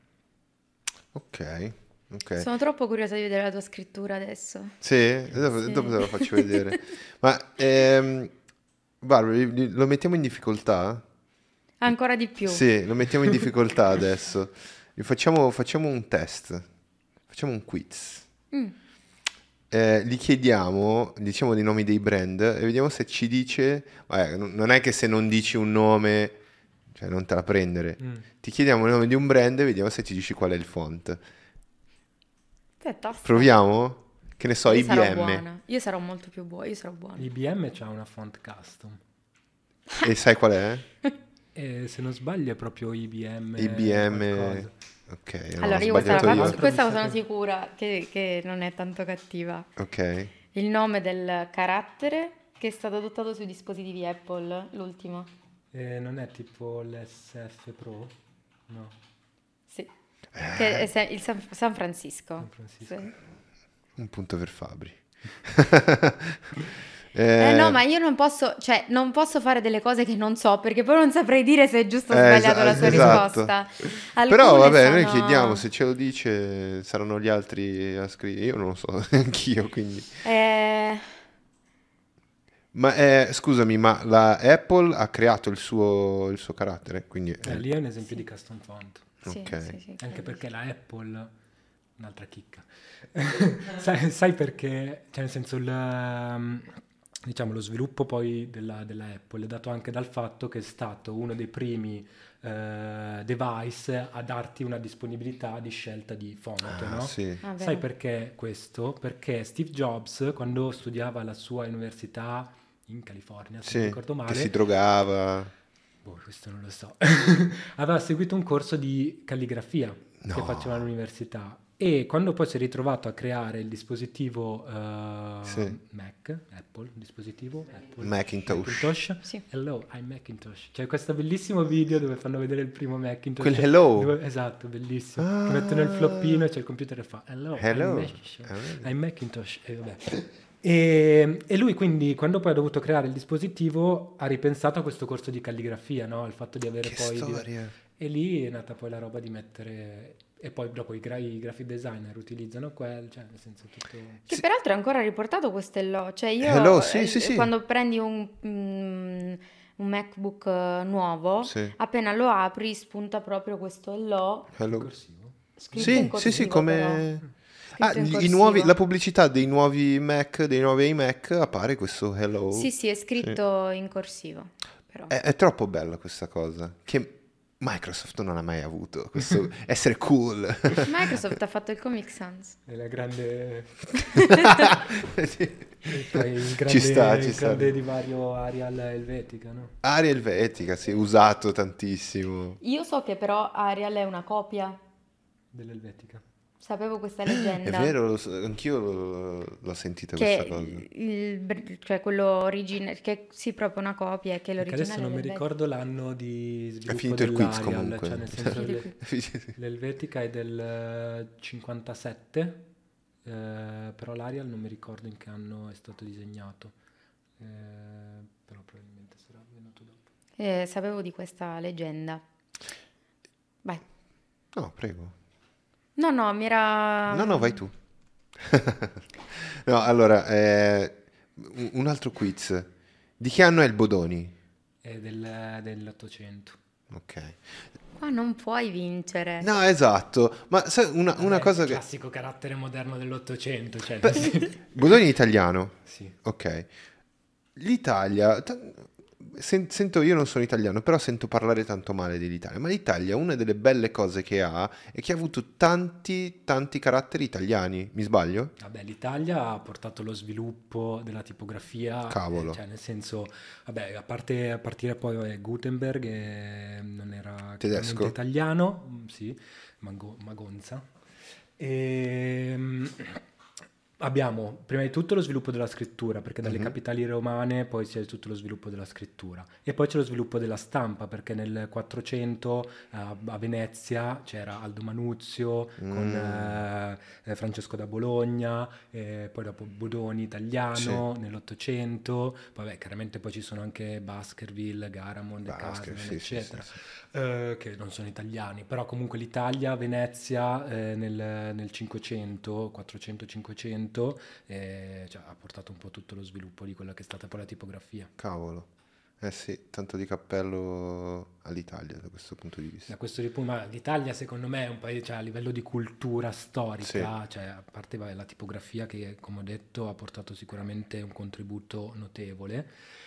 Ok, ok. Sono troppo curiosa di vedere la tua scrittura adesso. Sì, dopo, Sì. dopo te lo faccio vedere. Ma, ehm, Barbara, li- li- lo mettiamo in difficoltà? Ancora di più. Sì, lo mettiamo in difficoltà adesso. Gli Facciamo, facciamo un test, facciamo un quiz. Mm. Eh, gli chiediamo, diciamo dei nomi dei brand e vediamo se ci dice, vabbè, non non è che se non dici un nome, cioè non te la prendere. Mm. Ti chiediamo il nome di un brand e vediamo se ci dici qual è il font. È tosta. Proviamo? Che ne so, Io sarò I B M. buona. Io sarò molto più buona. Io sarò buona. I B M c'ha una font custom, E sai qual è? e se non sbaglio è proprio I B M I B M. qualcosa. Ok, no, Allora, ho io questa, sbagliato la io. faccio- questa Mi sa sono che- sicura che, che non è tanto cattiva. Ok. Il nome del carattere che è stato adottato sui dispositivi Apple, l'ultimo. Eh, non è tipo l'S F Pro? No, Sì. Che è se- il San, San Francisco. San Francisco. Sì. Un punto per Fabri. Eh, Eh, no, ma io non posso, cioè, non posso fare delle cose che non so, perché poi non saprei dire se è giusto o Eh, sbagliato esa- la sua esatto. risposta. Però Alcune vabbè, noi sono- chiediamo, se ce lo dice saranno gli altri a scrivere, io non lo so, anch'io quindi. Eh, Ma eh, scusami, ma la Apple ha creato il suo, il suo carattere, quindi... Eh, lì è un esempio di custom font. sì, Ok. sì, sì, Anche credo. perché la Apple, un'altra chicca, sai, sai perché? Cioè nel senso il, um, diciamo, lo sviluppo poi della, della Apple è dato anche dal fatto che è stato uno dei primi eh, device a darti una disponibilità di scelta di fonte, Ah, no? sì. Ah, Sai vero. perché questo? Perché Steve Jobs, quando studiava alla sua università in California, se non Sì, ricordo che si male, drogava. boh, questo non lo so, aveva seguito un corso di calligrafia che No. faceva all'università e quando poi si è ritrovato a creare il dispositivo eh, Sì. Mac, Apple, dispositivo Apple, Macintosh. Macintosh, Sì. Hello, I'm Macintosh. C'è questo bellissimo video dove fanno vedere il primo Macintosh. Quel hello? dove- esatto, bellissimo. Ah. Che mettono il floppino e c'è il computer che fa Hello, Hello. I'm Macintosh. Ah, vedi. I'm Macintosh. E vabbè. E, e lui quindi quando poi ha dovuto creare il dispositivo ha ripensato a questo corso di calligrafia, no? Al fatto di avere Che poi... di- storia. e lì è nata poi la roba di mettere... E poi dopo i, gra- i graphic designer utilizzano quel, cioè nel senso tutto... Che peraltro è ancora riportato questo hello, cioè io Hello, sì, eh, sì, sì. quando prendi un, mm, un MacBook eh, nuovo, Sì. appena lo apri spunta proprio questo hello Hello. corsivo. scritto in Sì, sì, corsivo sì, però. come... Scritto Ah, in i corsivo. nuovi, la pubblicità dei nuovi Mac, dei nuovi iMac, appare questo hello. Sì, sì, è scritto in corsivo, però. È, è troppo bella questa cosa, che Microsoft non ha mai avuto, questo essere cool. Microsoft ha fatto il Comic Sans. È la grande... Sì. e poi il grande, Ci sta, ci il sta. grande divario Arial Helvetica, no? Aria Helvetica, sì, usato tantissimo. Io so che però Arial è una copia, Dell'Helvetica. sapevo questa È leggenda. vero, lo so- anch'io l'ho, l'ho sentita Che questa cosa. il, br- cioè quello originale, che sì, proprio una copia, e che Perché l'originale adesso non mi è del ricordo l'anno di sviluppo È finito il quiz dell'Arial, comunque. cioè nel senso Finito il le- quiz. l'Helvetica è del eh, cinquantasette, eh, però l'Arial non mi ricordo in che anno è stato disegnato, eh, però probabilmente sarà venuto dopo. Eh, sapevo di questa leggenda. Vai. No, prego. No, no, mi era... No, no, vai tu. No, allora, eh, un un altro quiz. Di che anno è il Bodoni? È del, dell'Ottocento. Ok. Qua non puoi vincere. No, esatto. Ma sai, una, una Vabbè, cosa il che... classico carattere moderno dell'Ottocento, cioè... Beh, Bodoni è italiano. sì. Ok. L'Italia... ta- sen- sento, io non sono italiano, però sento parlare tanto male dell'Italia. Ma l'Italia, una delle belle cose che ha è che ha avuto tanti, tanti caratteri italiani. Mi sbaglio? Vabbè, l'Italia ha portato lo sviluppo della tipografia, Cavolo. eh, cioè nel senso, vabbè, a parte a partire poi vabbè, Gutenberg eh, non era Tedesco. chiaramente italiano, mm, sì, Mago- Magonza. Ehm, abbiamo prima di tutto lo sviluppo della scrittura, perché dalle Mhm. capitali romane poi c'è tutto lo sviluppo della scrittura. E poi c'è lo sviluppo della stampa, perché nel quattrocento eh, a Venezia c'era Aldo Manuzio con Mm. eh, eh, Francesco da Bologna, eh, poi dopo Bodoni italiano nell'Ottocento, poi vabbè, chiaramente poi ci sono anche Baskerville, Garamond, De Baskerville, Caslon, sì, sì, eccetera, sì, eh, che non sono italiani, però comunque l'Italia, Venezia eh, nel, nel cinquecento, quattrocento cinquecento, eh, cioè, ha portato un po' tutto lo sviluppo di quella che è stata poi la tipografia. Cavolo. Eh sì, tanto di cappello all'Italia da questo punto di vista. Da questo di punto, ma l'Italia secondo me è un paese, cioè, a livello di cultura storica, cioè, a parte vabbè, la tipografia che come ho detto ha portato sicuramente un contributo notevole,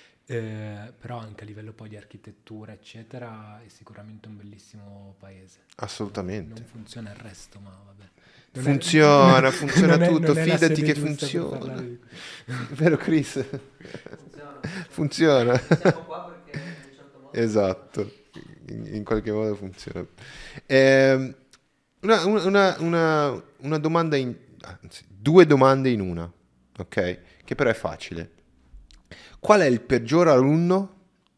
eh, però anche a livello poi di architettura eccetera è sicuramente un bellissimo paese. Assolutamente. Non funziona il resto, ma vabbè. Non è- Funziona, funziona non è- tutto, non è la fidati sede che giusta per funziona. parlare di- Vero Chris? Funziona. Funziona. Siamo qua perché in un certo modo... Esatto, in, in qualche modo funziona. Ehm, una, una- una- una domanda in... anzi, due domande in una, ok? Che però è facile. Qual è il peggior alunno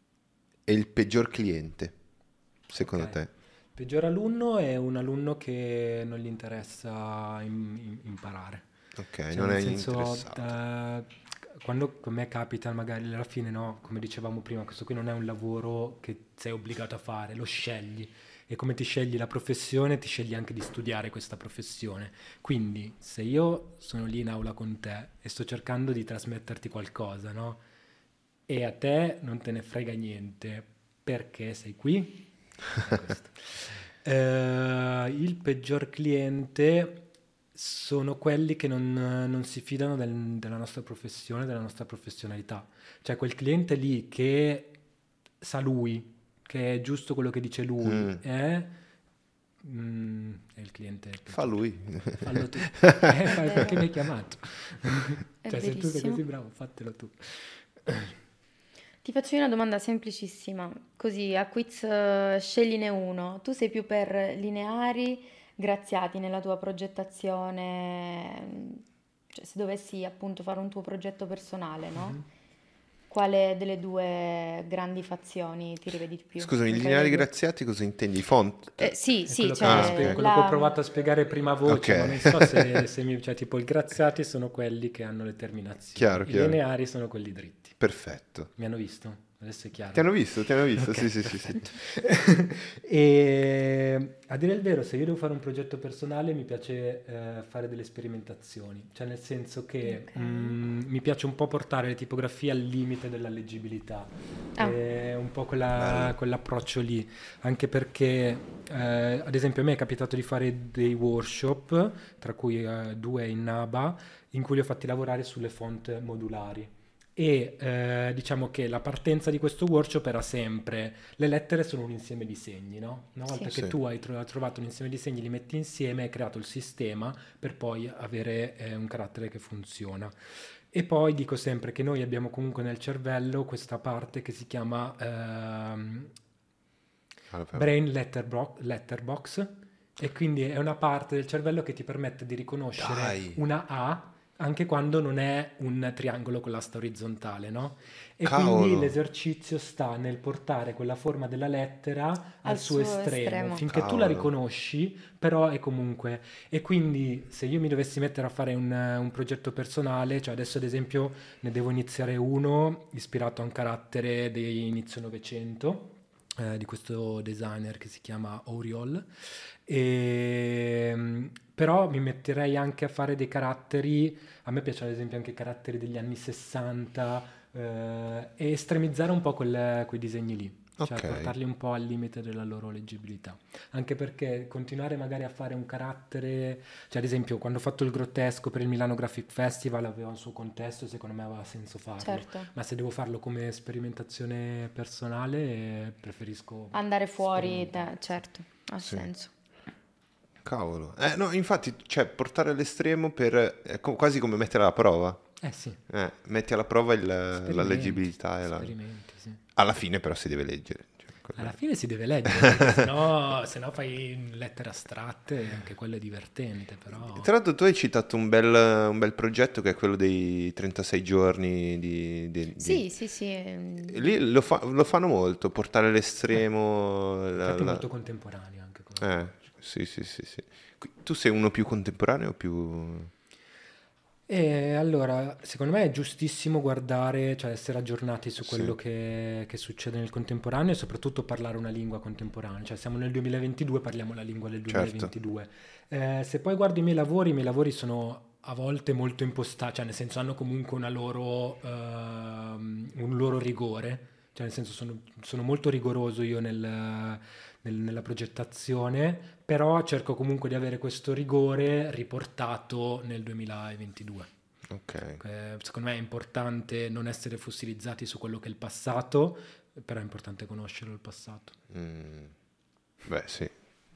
e il peggior cliente, secondo Ok. te? Il peggior alunno è un alunno che non gli interessa im- im- imparare. Ok, Cioè, non nel è senso, interessato. eh, quando a me capita, magari alla fine, no, come dicevamo prima, questo qui non è un lavoro che sei obbligato a fare, lo scegli. E come ti scegli la professione, ti scegli anche di studiare questa professione. Quindi, se io sono lì in aula con te e sto cercando di trasmetterti qualcosa, no? E a te non te ne frega niente, perché sei qui? È questo. Eh, il peggior cliente sono quelli che non, non si fidano del- della nostra professione, della nostra professionalità. Cioè quel cliente lì che sa lui, che è giusto quello che dice lui, Mm. è, mm, è il cliente. Fa lui. Fallo tu. Eh, fai perché mi hai chiamato. È Cioè, se tu sei verissimo. così bravo, fatelo tu. Ti faccio io una domanda semplicissima, così a quiz eh, scegline uno. Tu sei più per lineari, graziati nella tua progettazione? Cioè, se dovessi appunto fare un tuo progetto personale, no? Mhm. Quale delle due grandi fazioni ti rivedi di più? Scusami, i Quale lineari delle due? graziati cosa intendi? I font? Eh, sì, È sì, quello, che, Ah, ho cioè spie- ok. quello che ho la... provato a spiegare prima voce, Ok. ma non so se, se mi, cioè, tipo i graziati sono quelli che hanno le terminazioni, Chiaro, i chiaro. lineari sono quelli dritti. Perfetto. Mi hanno visto? Adesso è chiaro. Ti hanno visto, ti hanno visto, Ok, sì, sì, sì, sì. perfetto. E a dire il vero, se io devo fare un progetto personale, mi piace eh, fare delle sperimentazioni, cioè nel senso che Ok. mm, mi piace un po' portare le tipografie al limite della leggibilità. Ah. È un po' quella- Bello. quell'approccio lì, anche perché eh, ad esempio a me è capitato di fare dei workshop, tra cui eh, due in Naba, in cui li ho fatti lavorare sulle font modulari. E eh, diciamo che la partenza di questo workshop era sempre: le lettere sono un insieme di segni, no? Una volta Sì. che Sì. tu hai tro- trovato un insieme di segni, li metti insieme, hai creato il sistema per poi avere eh, un carattere che funziona. E poi dico sempre che noi abbiamo comunque nel cervello questa parte che si chiama ehm, Allora, Brain letterbox, letterbox, e quindi è una parte del cervello che ti permette di riconoscere Dai. una A anche quando non è un triangolo con l'asta orizzontale, no? E Cavolo. quindi l'esercizio sta nel portare quella forma della lettera al, Al suo suo estremo, estremo. finché tu la Cavolo. riconosci, però è comunque. E quindi se io mi dovessi mettere a fare un, un progetto personale, cioè adesso ad esempio ne devo iniziare uno ispirato a un carattere di inizio Novecento, eh, di questo designer che si chiama Auriol. E, però mi metterei anche a fare dei caratteri, a me piacciono ad esempio anche i caratteri degli anni sessanta, eh, e estremizzare un po' quel- quei disegni lì, cioè Ok. portarli un po' al limite della loro leggibilità. Anche perché continuare magari a fare un carattere, cioè ad esempio quando ho fatto il grottesco per il Milano Graphic Festival aveva un suo contesto e secondo me aveva senso farlo. Certo. Ma se devo farlo come sperimentazione personale, eh, preferisco Andare fuori, sperimentare. da- certo, ha Sì. senso. Cavolo. Eh, no, infatti, cioè, portare all'estremo per... è co- quasi come mettere alla prova. Eh sì, Eh, metti alla prova il- la esperimenti, leggibilità e la... esperimenti, sì. Alla fine però si deve leggere. Cioè, quello- Alla fine si deve leggere, perché sennò, sennò fai lettere astratte e anche quello è divertente, però... Tra l'altro tu hai citato un bel, un bel progetto che è quello dei trentasei giorni di... di- di- Sì, sì, sì. ehm, Lì lo, fa- lo fanno molto, portare all'estremo... la- Infatti è la- molto contemporaneo anche come Eh, sì, sì, sì, sì. Qui- Tu sei uno più contemporaneo o più... E allora, secondo me è giustissimo guardare, cioè essere aggiornati su Sì. quello che, che succede nel contemporaneo e soprattutto parlare una lingua contemporanea. Cioè siamo nel duemilaventidue, parliamo la lingua del Certo. duemilaventidue. Eh, se poi guardo i miei lavori, i miei lavori sono a volte molto impostati, cioè nel senso hanno comunque una loro, ehm, un loro rigore, cioè nel senso sono, sono molto rigoroso io nel, nel- nella progettazione, però cerco comunque di avere questo rigore riportato nel duemilaventidue. Ok. Eh, secondo me è importante non essere fossilizzati su quello che è il passato, però è importante conoscere il passato. Mm. Beh, sì.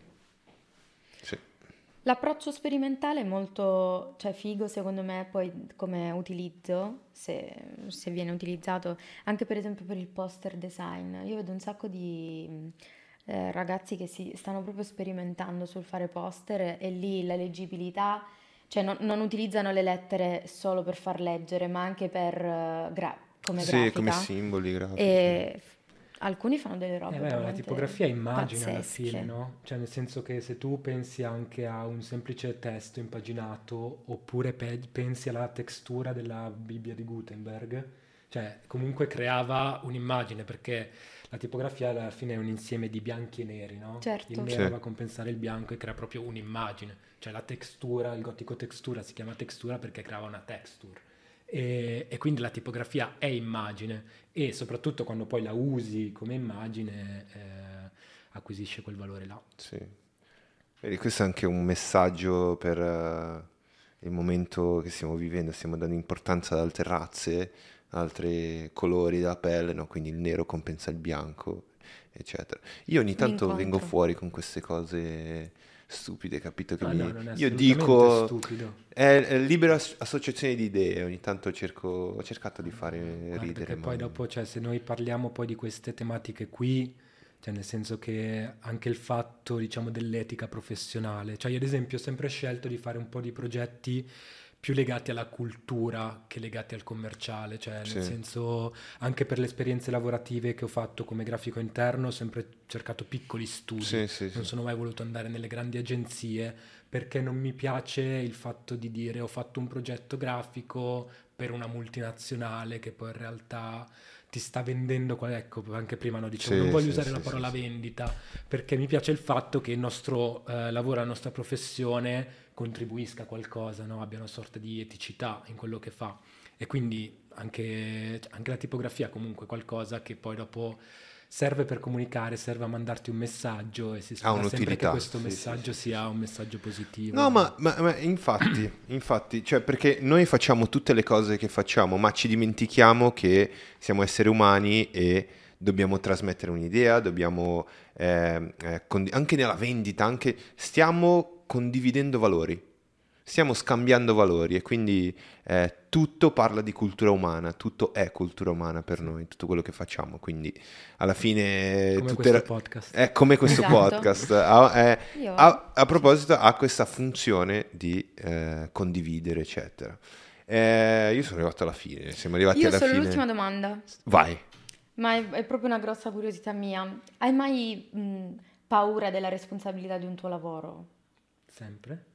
Sì. L'approccio sperimentale è molto, cioè figo secondo me poi come utilizzo, se, se viene utilizzato anche per esempio per il poster design. Io vedo un sacco di mh, eh, ragazzi che si stanno proprio sperimentando sul fare poster e lì la leggibilità, cioè non, non utilizzano le lettere solo per far leggere, ma anche per eh, gra- come Sì, grafica. come simboli grafici. E f- alcuni fanno delle robe Eh beh, la veramente tipografia è immagine alla pazzesche. fine, no? Cioè nel senso che se tu pensi anche a un semplice testo impaginato oppure pe- pensi alla textura della Bibbia di Gutenberg, cioè comunque creava un'immagine perché la tipografia alla fine è un insieme di bianchi e neri, no? Certo. Il Sì. nero va a compensare il bianco e crea proprio un'immagine, cioè la textura, il gotico textura si chiama textura perché creava una texture. E, e quindi la tipografia è immagine e soprattutto quando poi la usi come immagine eh, acquisisce quel valore là. Sì. Vedi, questo è anche un messaggio per, eh, il momento che stiamo vivendo, stiamo dando importanza ad altre razze, altri colori della pelle, no? Quindi il nero compensa il bianco, eccetera. Io ogni tanto L'incontro. vengo fuori con queste cose stupide, capito? Che Ah, mi- no, non è io assolutamente dico, stupido. è, è libera as- associazione di idee, ogni tanto cerco, ho cercato di fare Guarda, ridere. perché ma- poi dopo, cioè, se noi parliamo poi di queste tematiche qui, cioè nel senso che anche il fatto, diciamo, dell'etica professionale, cioè io ad esempio ho sempre scelto di fare un po' di progetti più legati alla cultura che legati al commerciale, cioè nel Sì. senso anche per le esperienze lavorative che ho fatto come grafico interno ho sempre cercato piccoli studi, Sì, sì, sì. non sono mai voluto andare nelle grandi agenzie perché non mi piace il fatto di dire ho fatto un progetto grafico per una multinazionale che poi in realtà ti sta vendendo, qual- ecco, anche prima no, dicevo, Sì, non voglio sì, usare sì, la sì, parola sì. vendita, perché mi piace il fatto che il nostro eh, lavoro, la nostra professione contribuisca a qualcosa, no? Abbia una sorta di eticità in quello che fa. E quindi anche, anche la tipografia comunque è qualcosa che poi dopo serve per comunicare, serve a mandarti un messaggio e si spera sempre che un'utilità, questo sì, messaggio sì, sì, sia un messaggio positivo. No, ma, ma- ma infatti, infatti, cioè perché noi facciamo tutte le cose che facciamo, ma ci dimentichiamo che siamo esseri umani e dobbiamo trasmettere un'idea, dobbiamo, eh, eh, condi- anche nella vendita, anche stiamo condividendo valori, stiamo scambiando valori e quindi eh, tutto parla di cultura umana, tutto è cultura umana per noi, tutto quello che facciamo, quindi alla fine... Come tutte questo ra- podcast. È come questo Esatto. podcast. Ha- è- Io- ha- a proposito, ha questa funzione di eh, condividere, eccetera. Eh, io sono arrivato alla fine, siamo arrivati Io alla solo fine. l'ultima domanda, Vai. ma è, è proprio una grossa curiosità mia. Hai mai mh, paura della responsabilità di un tuo lavoro? Sempre.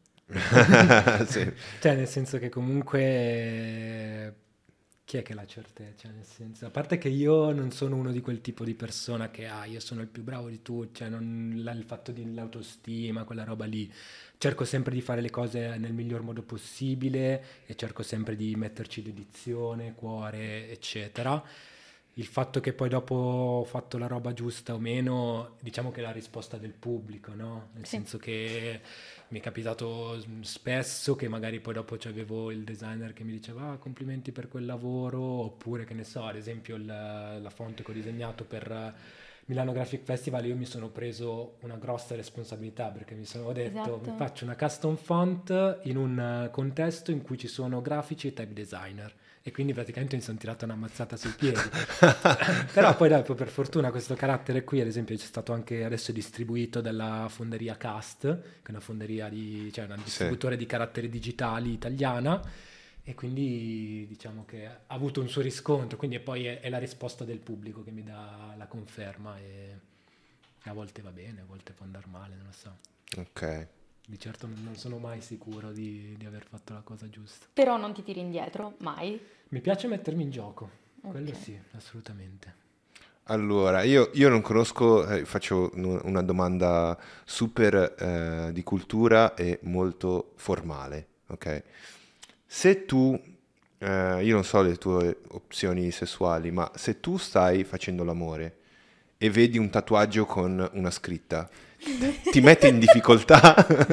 Sì. Cioè, nel senso che comunque eh, chi è che l'ha certezza? Cioè, nel senso, a parte che io non sono uno di quel tipo di persona che ah, io sono il più bravo di tutti, cioè non, la- il fatto dell'autostima, quella roba lì. Cerco sempre di fare le cose nel miglior modo possibile e cerco sempre di metterci dedizione, cuore, eccetera. Il fatto che poi dopo ho fatto la roba giusta o meno, diciamo che è la risposta del pubblico, no? Nel Sì. senso che mi è capitato mm, spesso che magari poi dopo c'avevo il designer che mi diceva ah, complimenti per quel lavoro, oppure che ne so, ad esempio il- la fonte che ho disegnato per eh, Milano Graphic Festival, io mi sono preso una grossa responsabilità perché mi sono detto Esatto. mi faccio una custom font in un eh, contesto in cui ci sono grafici e type designer. E quindi praticamente mi sono tirato una mazzata sui piedi. Però poi dopo per fortuna questo carattere qui ad esempio c'è stato anche adesso distribuito dalla fonderia Cast, che è una fonderia di, cioè una distributore di caratteri digitali italiana, e quindi diciamo che ha avuto un suo riscontro, quindi poi è, è la risposta del pubblico che mi dà la conferma e a volte va bene, a volte può andare male, non lo so. Ok. Di certo non non sono mai sicuro di, di aver fatto la cosa giusta. Però non ti tiri indietro, mai. Mi piace mettermi in gioco, quello Ok. sì, assolutamente. Allora, io, io non conosco, eh, faccio un- una domanda super eh, di cultura e molto formale, ok? Se tu, eh, io non so le tue opzioni sessuali, ma se tu stai facendo l'amore e vedi un tatuaggio con una scritta, ti mette in difficoltà?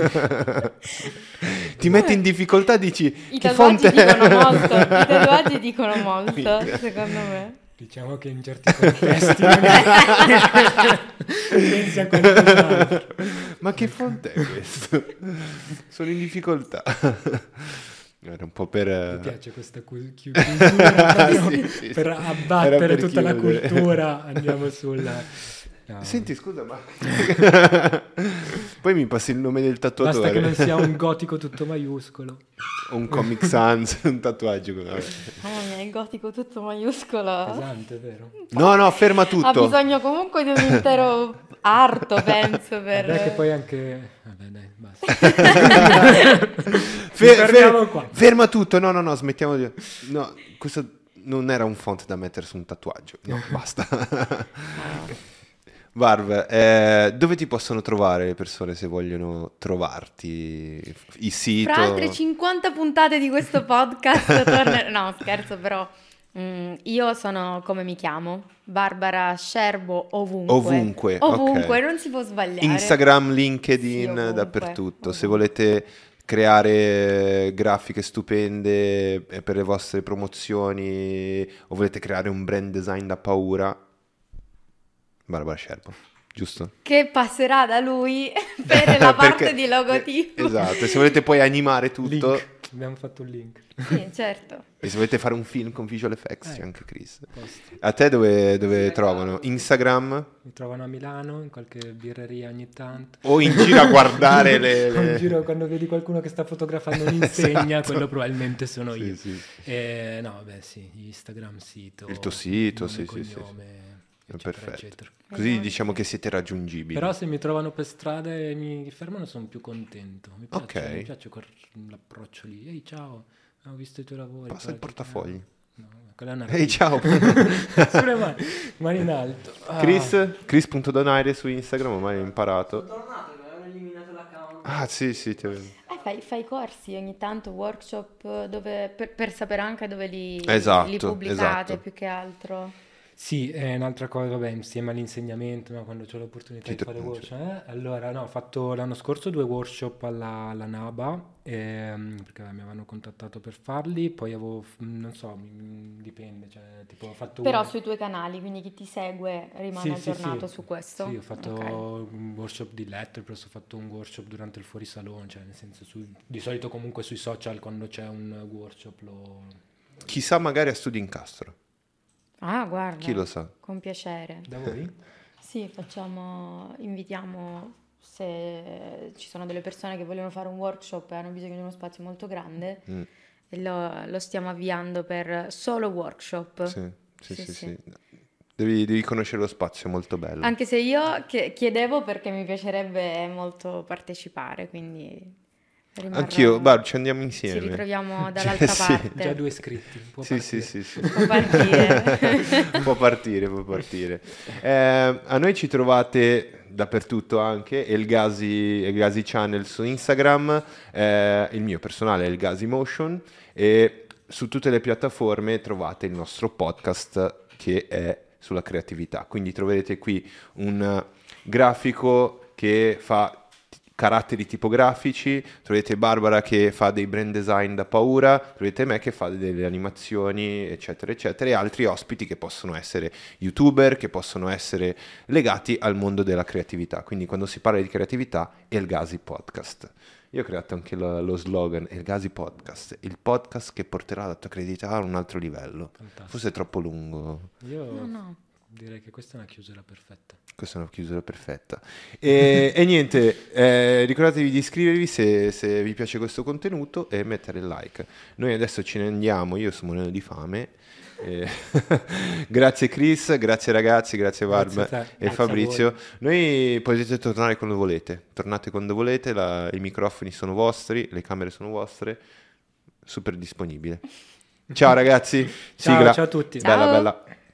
Ti mette in difficoltà, dici, I che tatuaggi fonte è?" dicono molto, i tatuaggi dicono molto, secondo me. Diciamo che in certi contesti non è- pensi a qualcos'altro. Ma che fonte è questo? Sono in difficoltà. Era un po' per... Mi piace questa cu- chi- chiusura proprio Sì, sì, per sì. abbattere Era per tutta la chiudere. cultura, andiamo sul... no. Senti, scusa, ma... Poi mi passi il nome del tatuatore. Basta che non sia un gotico tutto maiuscolo. Un Comic Sans, un tatuaggio. vabbè. Mamma mia, il gotico tutto maiuscolo. Pesante, vero? No, no, ferma Ha tutto. bisogno comunque di un intero arto, penso, per... Vabbè che poi anche... Vabbè dai, basta. Fe- Ci fermiamo fer- qua. Ferma tutto. No, no, no, smettiamo di... No, questo non era un font da mettere su un tatuaggio. No, basta. Barb, eh, dove ti possono trovare le persone se vogliono trovarti? Il sito? Fra altre cinquanta puntate di questo podcast torner- No, scherzo, però mm, io sono come mi chiamo, Barbara Scerbo ovunque. Ovunque, Ovunque, ok. non si può sbagliare. Instagram, LinkedIn, Sì, ovunque, dappertutto. Se ovunque. volete creare grafiche stupende per le vostre promozioni o volete creare un brand design da paura, Barbara Sherpa, giusto? Che passerà da lui per la parte Perché- di logotipo. eh, esatto, se volete poi animare tutto Link. Abbiamo fatto il link. Sì, certo. e se volete fare un film con visual effects c'è Eh. anche Chris. Posto. A te dove, dove Sì, trovano? Instagram Mi trovano a Milano, in qualche birreria ogni tanto. o in giro a guardare le... O in le- giro quando vedi qualcuno che sta fotografando un'insegna, Esatto. quello probabilmente sono Sì, io. sì. Eh, no, beh sì, Instagram, sito. Il tuo sito, nome, sì, sì, sì, cognome, È eccetera, perfetto. eccetera. Così Esatto. diciamo che siete raggiungibili. Però se mi trovano per strada e mi fermano sono più contento. Mi piace, Ok. mi piace quel- l'approccio lì. Ehi, ciao, ho visto i tuoi lavori. Passa il guarda che- portafogli. No, quella è una Ehi, ciao. Sulle mani, mani in alto. Ah. Chris, Chris.donaire su Instagram, ormai hai Sono imparato. tornato, mi avevano eliminato l'account. Ah, sì, sì, ti vedo. Eh, fai, fai corsi ogni tanto, workshop dove, per, per sapere anche dove li, Esatto, li pubblicate esatto. più che altro. Sì, è un'altra cosa, vabbè, insieme all'insegnamento, no, quando c'ho l'opportunità Ti di tro- fare workshop. eh, Allora, no, ho fatto l'anno scorso due workshop alla, alla NABA, ehm, perché mi avevano contattato per farli, poi avevo, f- non so, mi- dipende, cioè, tipo ho fatto Però uno- sui tuoi canali, quindi chi ti segue rimane Sì, sì, aggiornato sì. su questo. Sì, ho fatto Ok. un workshop di Letterpress, ho fatto un workshop durante il fuorisalone, cioè nel senso, su- di solito comunque sui social quando c'è un workshop lo... Chissà, magari a Studi Incastro. Ah, guarda, Chi lo sa? con piacere. Da voi? Sì, facciamo, invitiamo se ci sono delle persone che vogliono fare un workshop e hanno bisogno di uno spazio molto grande Mm, e lo, lo stiamo avviando per solo workshop. sì, sì, sì, Sì, sì. sì. Devi, devi conoscere lo spazio, è molto bello. Anche se io che- chiedevo perché mi piacerebbe molto partecipare, quindi rimarrò- Anch'io, guarda, ci andiamo ci insieme. ritroviamo Cioè, dall'altra sì. parte. Già due iscritti, può Sì, partire. sì, sì, sì. Può partire. può partire, può partire. Eh, a noi ci trovate dappertutto anche, Elgasi, Elgasi Channel su Instagram, eh, il mio personale è Elgasi Motion e su tutte le piattaforme trovate il nostro podcast che è sulla creatività. Quindi troverete qui un grafico che fa caratteri tipografici, troverete Barbara che fa dei brand design da paura, troverete me che fa delle animazioni, eccetera, eccetera, e altri ospiti che possono essere youtuber, che possono essere legati al mondo della creatività. Quindi quando si parla di creatività, Elgasi Podcast. Io ho creato anche lo, lo slogan Elgasi Podcast, il podcast che porterà la tua creatività a un altro livello. Fantastico. Forse è troppo lungo. Io No, no. direi che questa è una chiusura perfetta. Questa è una chiusura perfetta. E, e niente, eh, ricordatevi di iscrivervi se, se vi piace questo contenuto e mettere il like. Noi adesso ce ne andiamo, io sono morendo di fame. Eh, grazie Chris, grazie ragazzi, grazie Barb Grazie a te. e Grazie a Fabrizio. voi. Noi potete tornare quando volete, tornate quando volete, la- i microfoni sono vostri, le camere sono vostre, super disponibile. Ciao ragazzi, Ciao, sigla. ciao a tutti. Bella Ciao. bella.